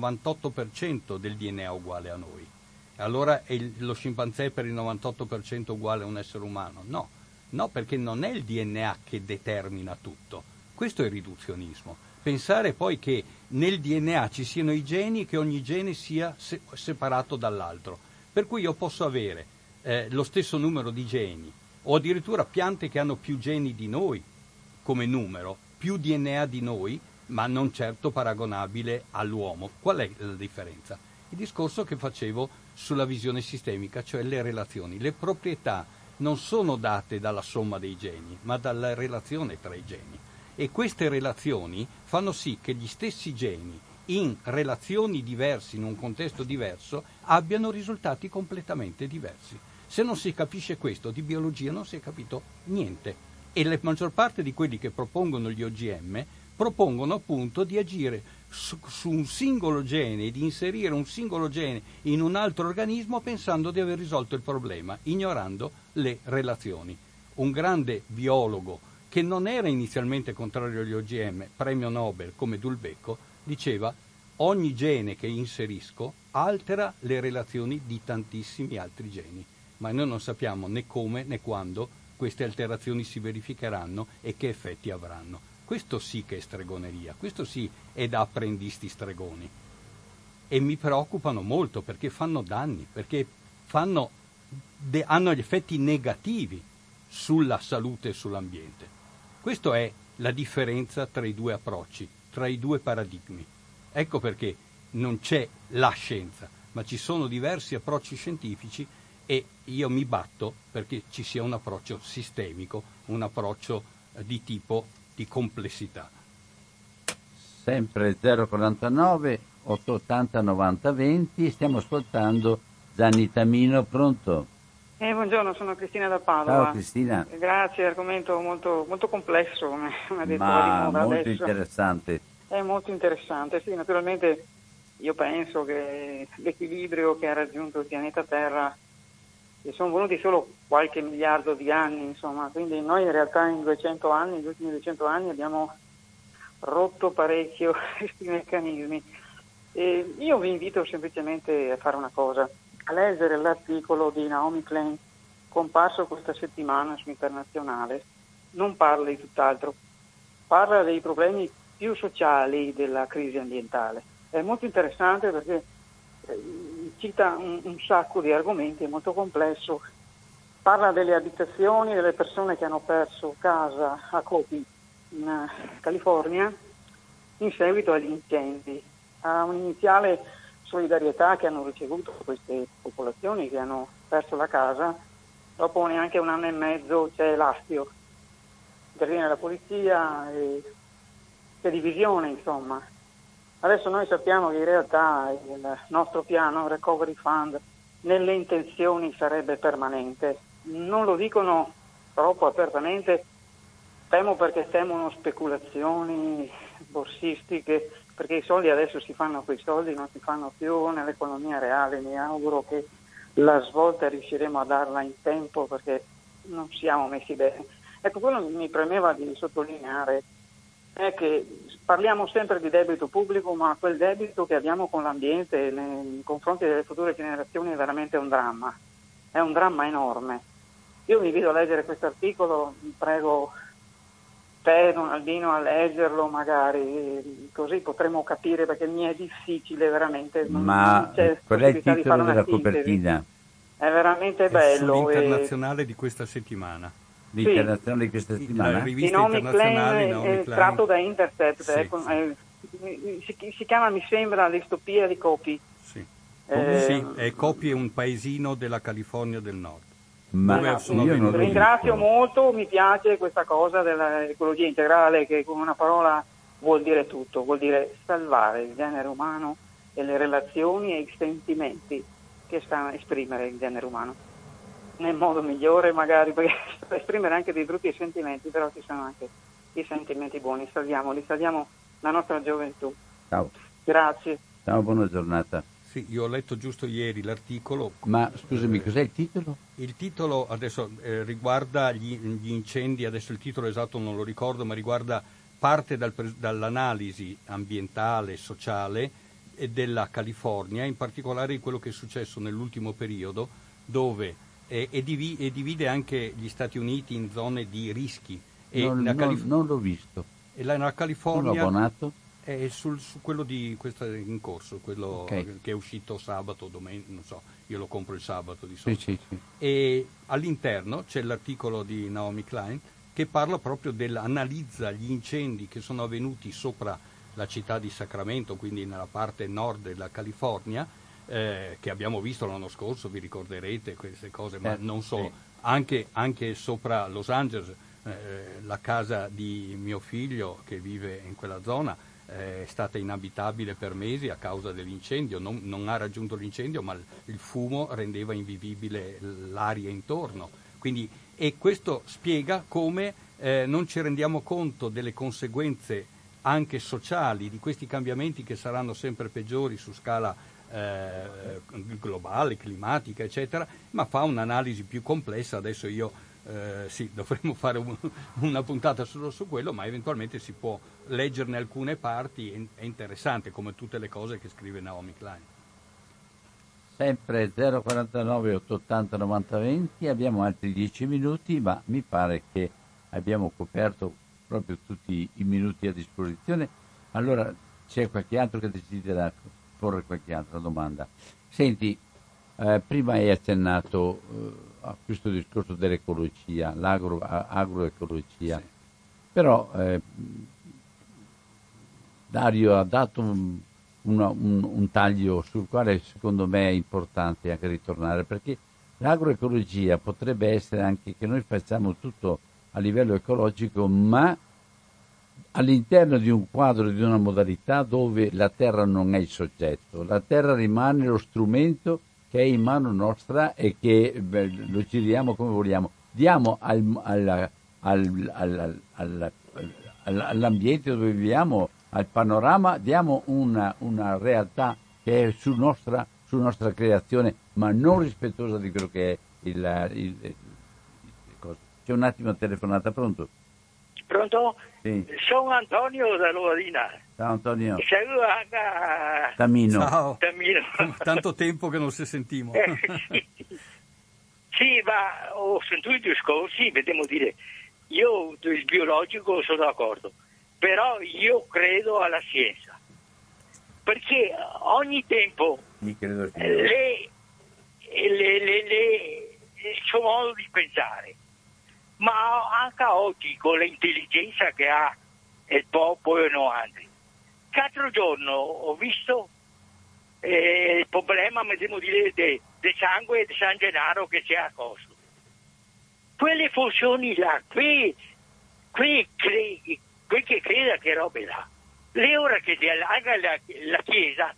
Speaker 3: 98% del DNA uguale a noi. Allora lo scimpanzé per il 98% uguale a un essere umano? No, perché non è il DNA che determina tutto. Questo è il riduzionismo. Pensare poi che nel DNA ci siano i geni e che ogni gene sia separato dall'altro. Per cui io posso avere lo stesso numero di geni, o addirittura piante che hanno più geni di noi come numero, più DNA di noi, ma non certo paragonabile all'uomo. Qual è la differenza? Il discorso che facevo sulla visione sistemica, cioè le relazioni. Le proprietà non sono date dalla somma dei geni, ma dalla relazione tra i geni. E queste relazioni fanno sì che gli stessi geni, in relazioni diverse, in un contesto diverso, abbiano risultati completamente diversi. Se non si capisce questo, di biologia non si è capito niente. E la maggior parte di quelli che propongono gli OGM propongono appunto di agire su un singolo gene, di inserire un singolo gene in un altro organismo pensando di aver risolto il problema, ignorando le relazioni. Un grande biologo che non era inizialmente contrario agli OGM, premio Nobel come Dulbecco, diceva: ogni gene che inserisco altera le relazioni di tantissimi altri geni, ma noi non sappiamo né come né quando queste alterazioni si verificheranno e che effetti avranno. Questo sì che è stregoneria, questo sì è da apprendisti stregoni. E mi preoccupano molto perché fanno danni, perché hanno gli effetti negativi sulla salute e sull'ambiente. Questa è la differenza tra i due approcci, tra i due paradigmi. Ecco perché non c'è la scienza, ma ci sono diversi approcci scientifici e io mi batto perché ci sia un approccio sistemico, un approccio di tipo di complessità.
Speaker 2: Sempre 049 880 90 20, stiamo ascoltando Gianni Tamino, pronto?
Speaker 11: Buongiorno, sono Cristina da Padova.
Speaker 2: Ciao Cristina.
Speaker 11: Grazie, argomento molto, molto complesso, come ha detto
Speaker 2: molto
Speaker 11: adesso.
Speaker 2: Interessante.
Speaker 11: È molto interessante, sì, naturalmente io penso che l'equilibrio che ha raggiunto il pianeta Terra, che sono voluti solo qualche miliardo di anni, insomma, quindi noi in realtà in 200 anni, negli ultimi 200 anni abbiamo rotto parecchio questi meccanismi. E io vi invito semplicemente a fare una cosa, a leggere l'articolo di Naomi Klein comparso questa settimana su Internazionale. Non parla di tutt'altro, parla dei problemi più sociali della crisi ambientale. È molto interessante perché cita un sacco di argomenti, è molto complesso. Parla delle abitazioni, delle persone che hanno perso casa a Copi in California in seguito agli incendi, a un'iniziale solidarietà che hanno ricevuto queste popolazioni che hanno perso la casa. Dopo neanche un anno e mezzo c'è l'astio, interviene la polizia e c'è divisione, insomma. Adesso noi sappiamo che in realtà il nostro piano Recovery Fund nelle intenzioni sarebbe permanente. Non lo dicono troppo apertamente, temo perché temono speculazioni borsistiche, perché i soldi adesso si fanno quei soldi, non si fanno più nell'economia reale. Mi auguro che la svolta riusciremo a darla in tempo, perché non siamo messi bene. Ecco, quello mi premeva di sottolineare è che parliamo sempre di debito pubblico, ma quel debito che abbiamo con l'ambiente nei confronti delle future generazioni è veramente un dramma enorme. Io mi vedo a leggere questo articolo, prego te, Don Albino, a leggerlo magari, così potremo capire, perché mi è difficile veramente.
Speaker 2: Ma qual è il titolo della copertina?
Speaker 11: È veramente bello.
Speaker 3: Sull'internazionale di questa settimana.
Speaker 2: L'internazionale di questa settimana?
Speaker 3: La rivista internazionale
Speaker 11: Naomi Klein, tratto da Intercept, si chiama, mi sembra, Distopia di Kopi.
Speaker 3: Sì, è Kopi, è un paesino della California del Nord.
Speaker 2: Ma io non
Speaker 11: ringrazio molto, mi piace questa cosa dell'ecologia integrale, che con una parola vuol dire tutto, vuol dire salvare il genere umano e le relazioni e i sentimenti che sta a esprimere il genere umano nel modo migliore, magari, perché esprimere anche dei brutti sentimenti, però ci sono anche i sentimenti buoni, salviamoli, salviamo la nostra gioventù.
Speaker 2: Ciao.
Speaker 11: Grazie.
Speaker 2: Ciao, buona giornata.
Speaker 3: Sì, io ho letto giusto ieri l'articolo.
Speaker 2: Ma scusami, cos'è il titolo?
Speaker 3: Il titolo adesso riguarda gli incendi, adesso il titolo esatto non lo ricordo, ma riguarda parte dall'analisi ambientale, sociale e della California, in particolare di quello che è successo nell'ultimo periodo, dove e divide anche gli Stati Uniti in zone di rischi.
Speaker 2: Non l'ho visto.
Speaker 3: E la California
Speaker 2: sono abbonato?
Speaker 3: È su quello di questo in corso, quello che è uscito sabato, domenica, non so, io lo compro il sabato di solito.
Speaker 2: Sì.
Speaker 3: E all'interno c'è l'articolo di Naomi Klein che parla proprio analizza gli incendi che sono avvenuti sopra la città di Sacramento, quindi nella parte nord della California, che abbiamo visto l'anno scorso, vi ricorderete queste cose, ma non solo, anche sopra Los Angeles, la casa di mio figlio che vive in quella zona è stata inabitabile per mesi a causa dell'incendio, non ha raggiunto l'incendio, ma il fumo rendeva invivibile l'aria intorno. Quindi, e questo spiega come non ci rendiamo conto delle conseguenze anche sociali di questi cambiamenti che saranno sempre peggiori su scala globale, climatica, eccetera, ma fa un'analisi più complessa. Adesso dovremmo fare una puntata solo su quello, ma eventualmente si può leggerne alcune parti, è interessante come tutte le cose che scrive Naomi Klein.
Speaker 2: Sempre 049 880 90 20, abbiamo altri 10 minuti, ma mi pare che abbiamo coperto proprio tutti i minuti a disposizione. Allora c'è qualche altro che desidera porre qualche altra domanda? Senti, prima hai accennato a questo discorso dell'ecologia, l'agroecologia, sì. Però Dario ha dato un taglio sul quale secondo me è importante anche ritornare, perché l'agroecologia potrebbe essere anche che noi facciamo tutto a livello ecologico, ma all'interno di un quadro, di una modalità dove la terra non è il soggetto, la terra rimane lo strumento che è in mano nostra e che lo giriamo come vogliamo. Diamo all'ambiente dove viviamo, al panorama, diamo una realtà che è su nostra creazione, ma non rispettosa di quello che è il C'è un attimo telefonata, pronto?
Speaker 6: Pronto?
Speaker 2: Sì.
Speaker 6: Sono Antonio da Lovarina.
Speaker 2: Ciao Antonio.
Speaker 6: Saluto anche
Speaker 2: Tamino.
Speaker 3: Ciao.
Speaker 6: Tamino.
Speaker 3: Tanto tempo che non si sentimo.
Speaker 6: Sì, ma ho sentito i discorsi, vediamo dire, io del biologico sono d'accordo, però io credo alla scienza, perché ogni tempo il suo modo di pensare, ma anche oggi con l'intelligenza che ha il popolo e non altri. L'altro giorno ho visto il problema, devo dire, del sangue di San Gennaro che c'è a costo. Quelle funzioni là, qui che creda che robe là, le ore che si allarga la Chiesa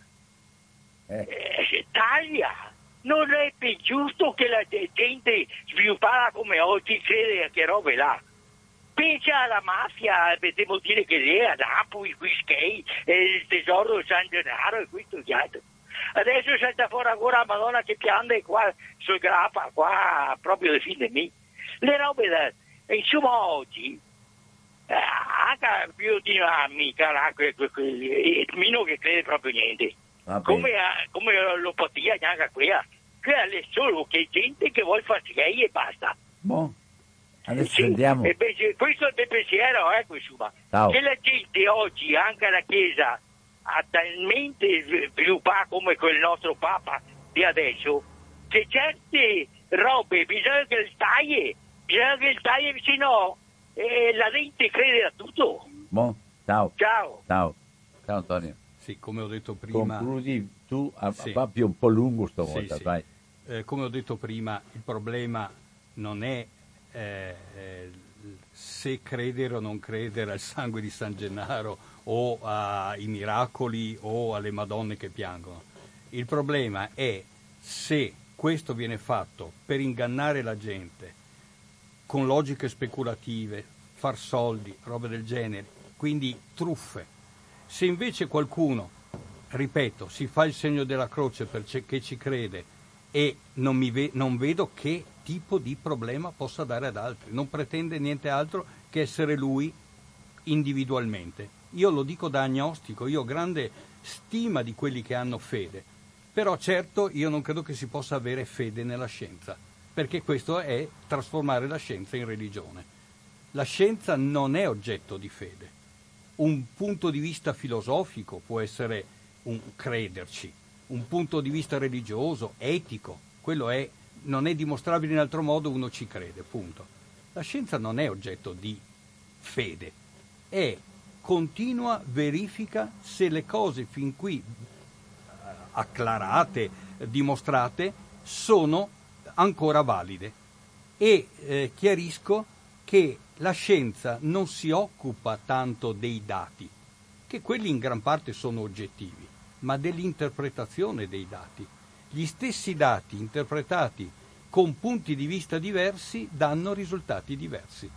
Speaker 6: taglia. Non è più giusto che la gente sviluppata come oggi crede che robe là. Pensa alla mafia, devo dire che lì a Napoli, qui Skei, il tesoro di San Gennaro e questo e altro. Adesso salta fuori ancora la Madonna che piange qua sul grappa, qua proprio le fine me. Le robe da... Insomma oggi, anche più dinamica, meno che crede proprio niente. Come l'opatia, neanche quella. Quella è solo che gente che vuole farsi gay e basta.
Speaker 2: Boh. Adesso andiamo.
Speaker 6: Questo è il mio pensiero, insomma.
Speaker 2: Ciao.
Speaker 6: Che la gente oggi, anche la Chiesa, ha talmente sviluppato come quel nostro Papa di adesso, che certe robe bisogna che il tagli vicino la gente crede a tutto.
Speaker 2: Boh. Ciao.
Speaker 6: Ciao.
Speaker 2: Ciao Antonio.
Speaker 3: Sì, come ho detto prima...
Speaker 2: Concludi tu,
Speaker 3: sì.
Speaker 2: va più un po' lungo stavolta,
Speaker 3: sì.
Speaker 2: vai.
Speaker 3: Come ho detto prima, il problema non è se credere o non credere al sangue di San Gennaro o ai miracoli o alle Madonne che piangono. Il problema è se questo viene fatto per ingannare la gente con logiche speculative, far soldi, robe del genere, quindi truffe. Se invece qualcuno, ripeto, si fa il segno della croce perché ci crede e non vedo che tipo di problema possa dare ad altri, non pretende niente altro che essere lui individualmente. Io lo dico da agnostico, io ho grande stima di quelli che hanno fede, però certo io non credo che si possa avere fede nella scienza, perché questo è trasformare la scienza in religione. La scienza non è oggetto di fede. Un punto di vista filosofico può essere un crederci, un punto di vista religioso, etico, quello non è dimostrabile in altro modo, uno ci crede, punto. La scienza non è oggetto di fede, è continua verifica se le cose fin qui acclarate, dimostrate, sono ancora valide. E chiarisco che la scienza non si occupa tanto dei dati, che quelli in gran parte sono oggettivi, ma dell'interpretazione dei dati. Gli stessi dati interpretati con punti di vista diversi danno risultati diversi.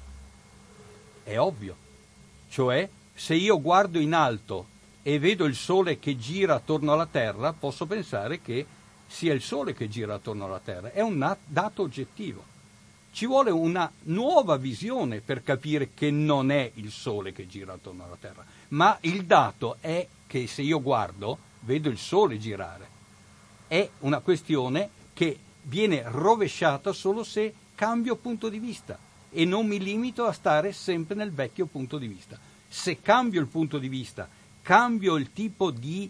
Speaker 3: È ovvio. Cioè, se io guardo in alto e vedo il Sole che gira attorno alla Terra, posso pensare che sia il Sole che gira attorno alla Terra. È un dato oggettivo. Ci vuole una nuova visione per capire che non è il Sole che gira attorno alla Terra, ma il dato è che se io guardo, vedo il Sole girare. È una questione che viene rovesciata solo se cambio punto di vista e non mi limito a stare sempre nel vecchio punto di vista. Se cambio il punto di vista, cambio il tipo di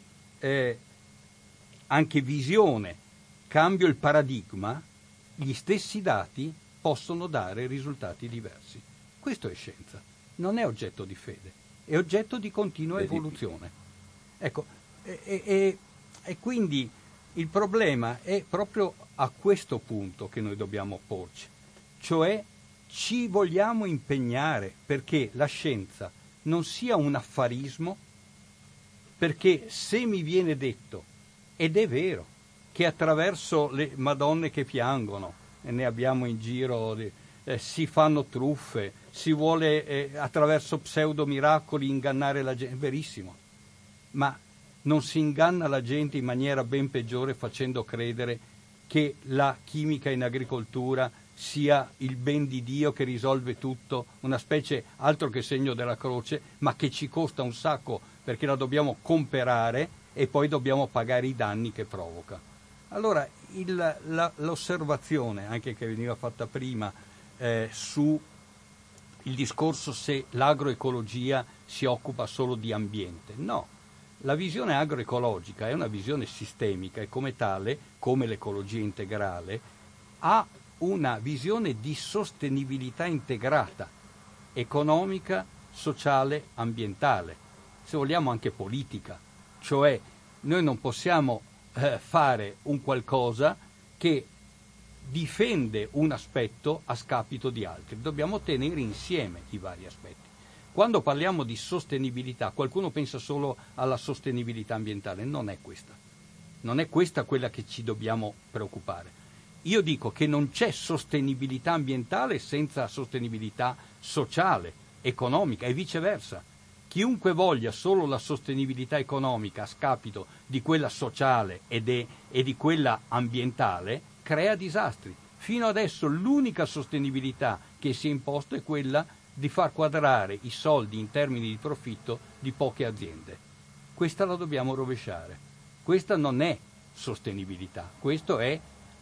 Speaker 3: anche visione, cambio il paradigma, gli stessi dati possono dare risultati diversi. Questo è scienza, non è oggetto di fede, è oggetto di continua evoluzione. Ecco, e quindi il problema è proprio a questo punto che noi dobbiamo porci, cioè ci vogliamo impegnare perché la scienza non sia un affarismo, perché se mi viene detto, ed è vero, che attraverso le Madonne che piangono, e ne abbiamo in giro, si fanno truffe, si vuole attraverso pseudo miracoli ingannare la gente, è verissimo, ma non si inganna la gente in maniera ben peggiore facendo credere che la chimica in agricoltura sia il ben di Dio che risolve tutto, una specie altro che segno della croce, ma che ci costa un sacco perché la dobbiamo comprare e poi dobbiamo pagare i danni che provoca. Allora l'osservazione anche che veniva fatta prima su il discorso se l'agroecologia si occupa solo di ambiente, no. La visione agroecologica è una visione sistemica e come tale, come l'ecologia integrale, ha una visione di sostenibilità integrata, economica, sociale, ambientale, se vogliamo anche politica. Cioè noi non possiamo fare un qualcosa che difende un aspetto a scapito di altri, dobbiamo tenere insieme i vari aspetti. Quando parliamo di sostenibilità, qualcuno pensa solo alla sostenibilità ambientale, non è questa quella che ci dobbiamo preoccupare. Io dico che non c'è sostenibilità ambientale senza sostenibilità sociale, economica e viceversa. Chiunque voglia solo la sostenibilità economica a scapito di quella sociale e di quella ambientale crea disastri. Fino adesso l'unica sostenibilità che si è imposta è quella di far quadrare i soldi in termini di profitto di poche aziende. Questa la dobbiamo rovesciare. Questa non è sostenibilità, questo è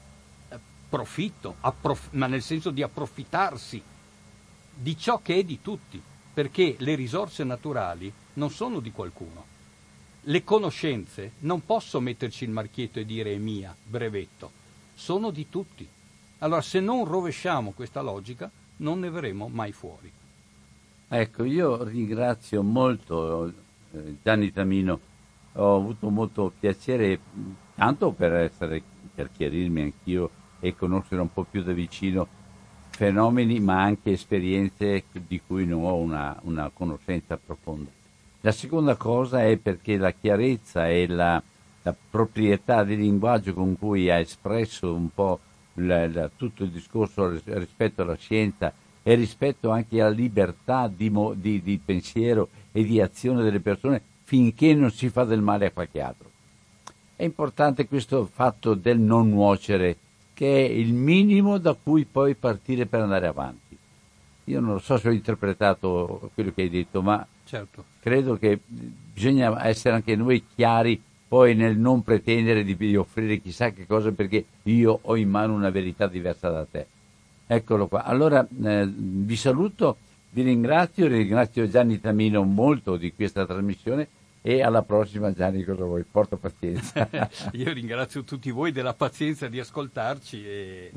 Speaker 3: profitto, ma nel senso di approfittarsi di ciò che è di tutti, perché le risorse naturali non sono di qualcuno. Le conoscenze non posso metterci il marchietto e dire è mia, brevetto, sono di tutti. Allora se non rovesciamo questa logica non ne verremo mai fuori.
Speaker 2: Ecco, io ringrazio molto Gianni Tamino, ho avuto molto piacere, tanto per chiarirmi anch'io e conoscere un po' più da vicino fenomeni, ma anche esperienze di cui non ho una conoscenza profonda. La seconda cosa è perché la chiarezza e la proprietà di linguaggio con cui ha espresso un po' tutto il discorso rispetto alla scienza e rispetto anche alla libertà di pensiero e di azione delle persone finché non si fa del male a qualche altro. È importante questo fatto del non nuocere, che è il minimo da cui poi partire per andare avanti. Io non so se ho interpretato quello che hai detto, ma
Speaker 3: certo,
Speaker 2: credo che bisogna essere anche noi chiari poi nel non pretendere di offrire chissà che cosa perché io ho in mano una verità diversa da te. Eccolo qua. Allora vi saluto, vi ringrazio Gianni Tamino molto di questa trasmissione e alla prossima. Gianni, cosa vuoi? Porta pazienza.
Speaker 3: Io ringrazio tutti voi della pazienza di ascoltarci e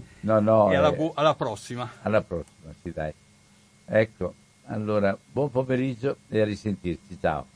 Speaker 3: alla prossima.
Speaker 2: Alla prossima, sì dai. Ecco, allora buon pomeriggio e a risentirci, ciao.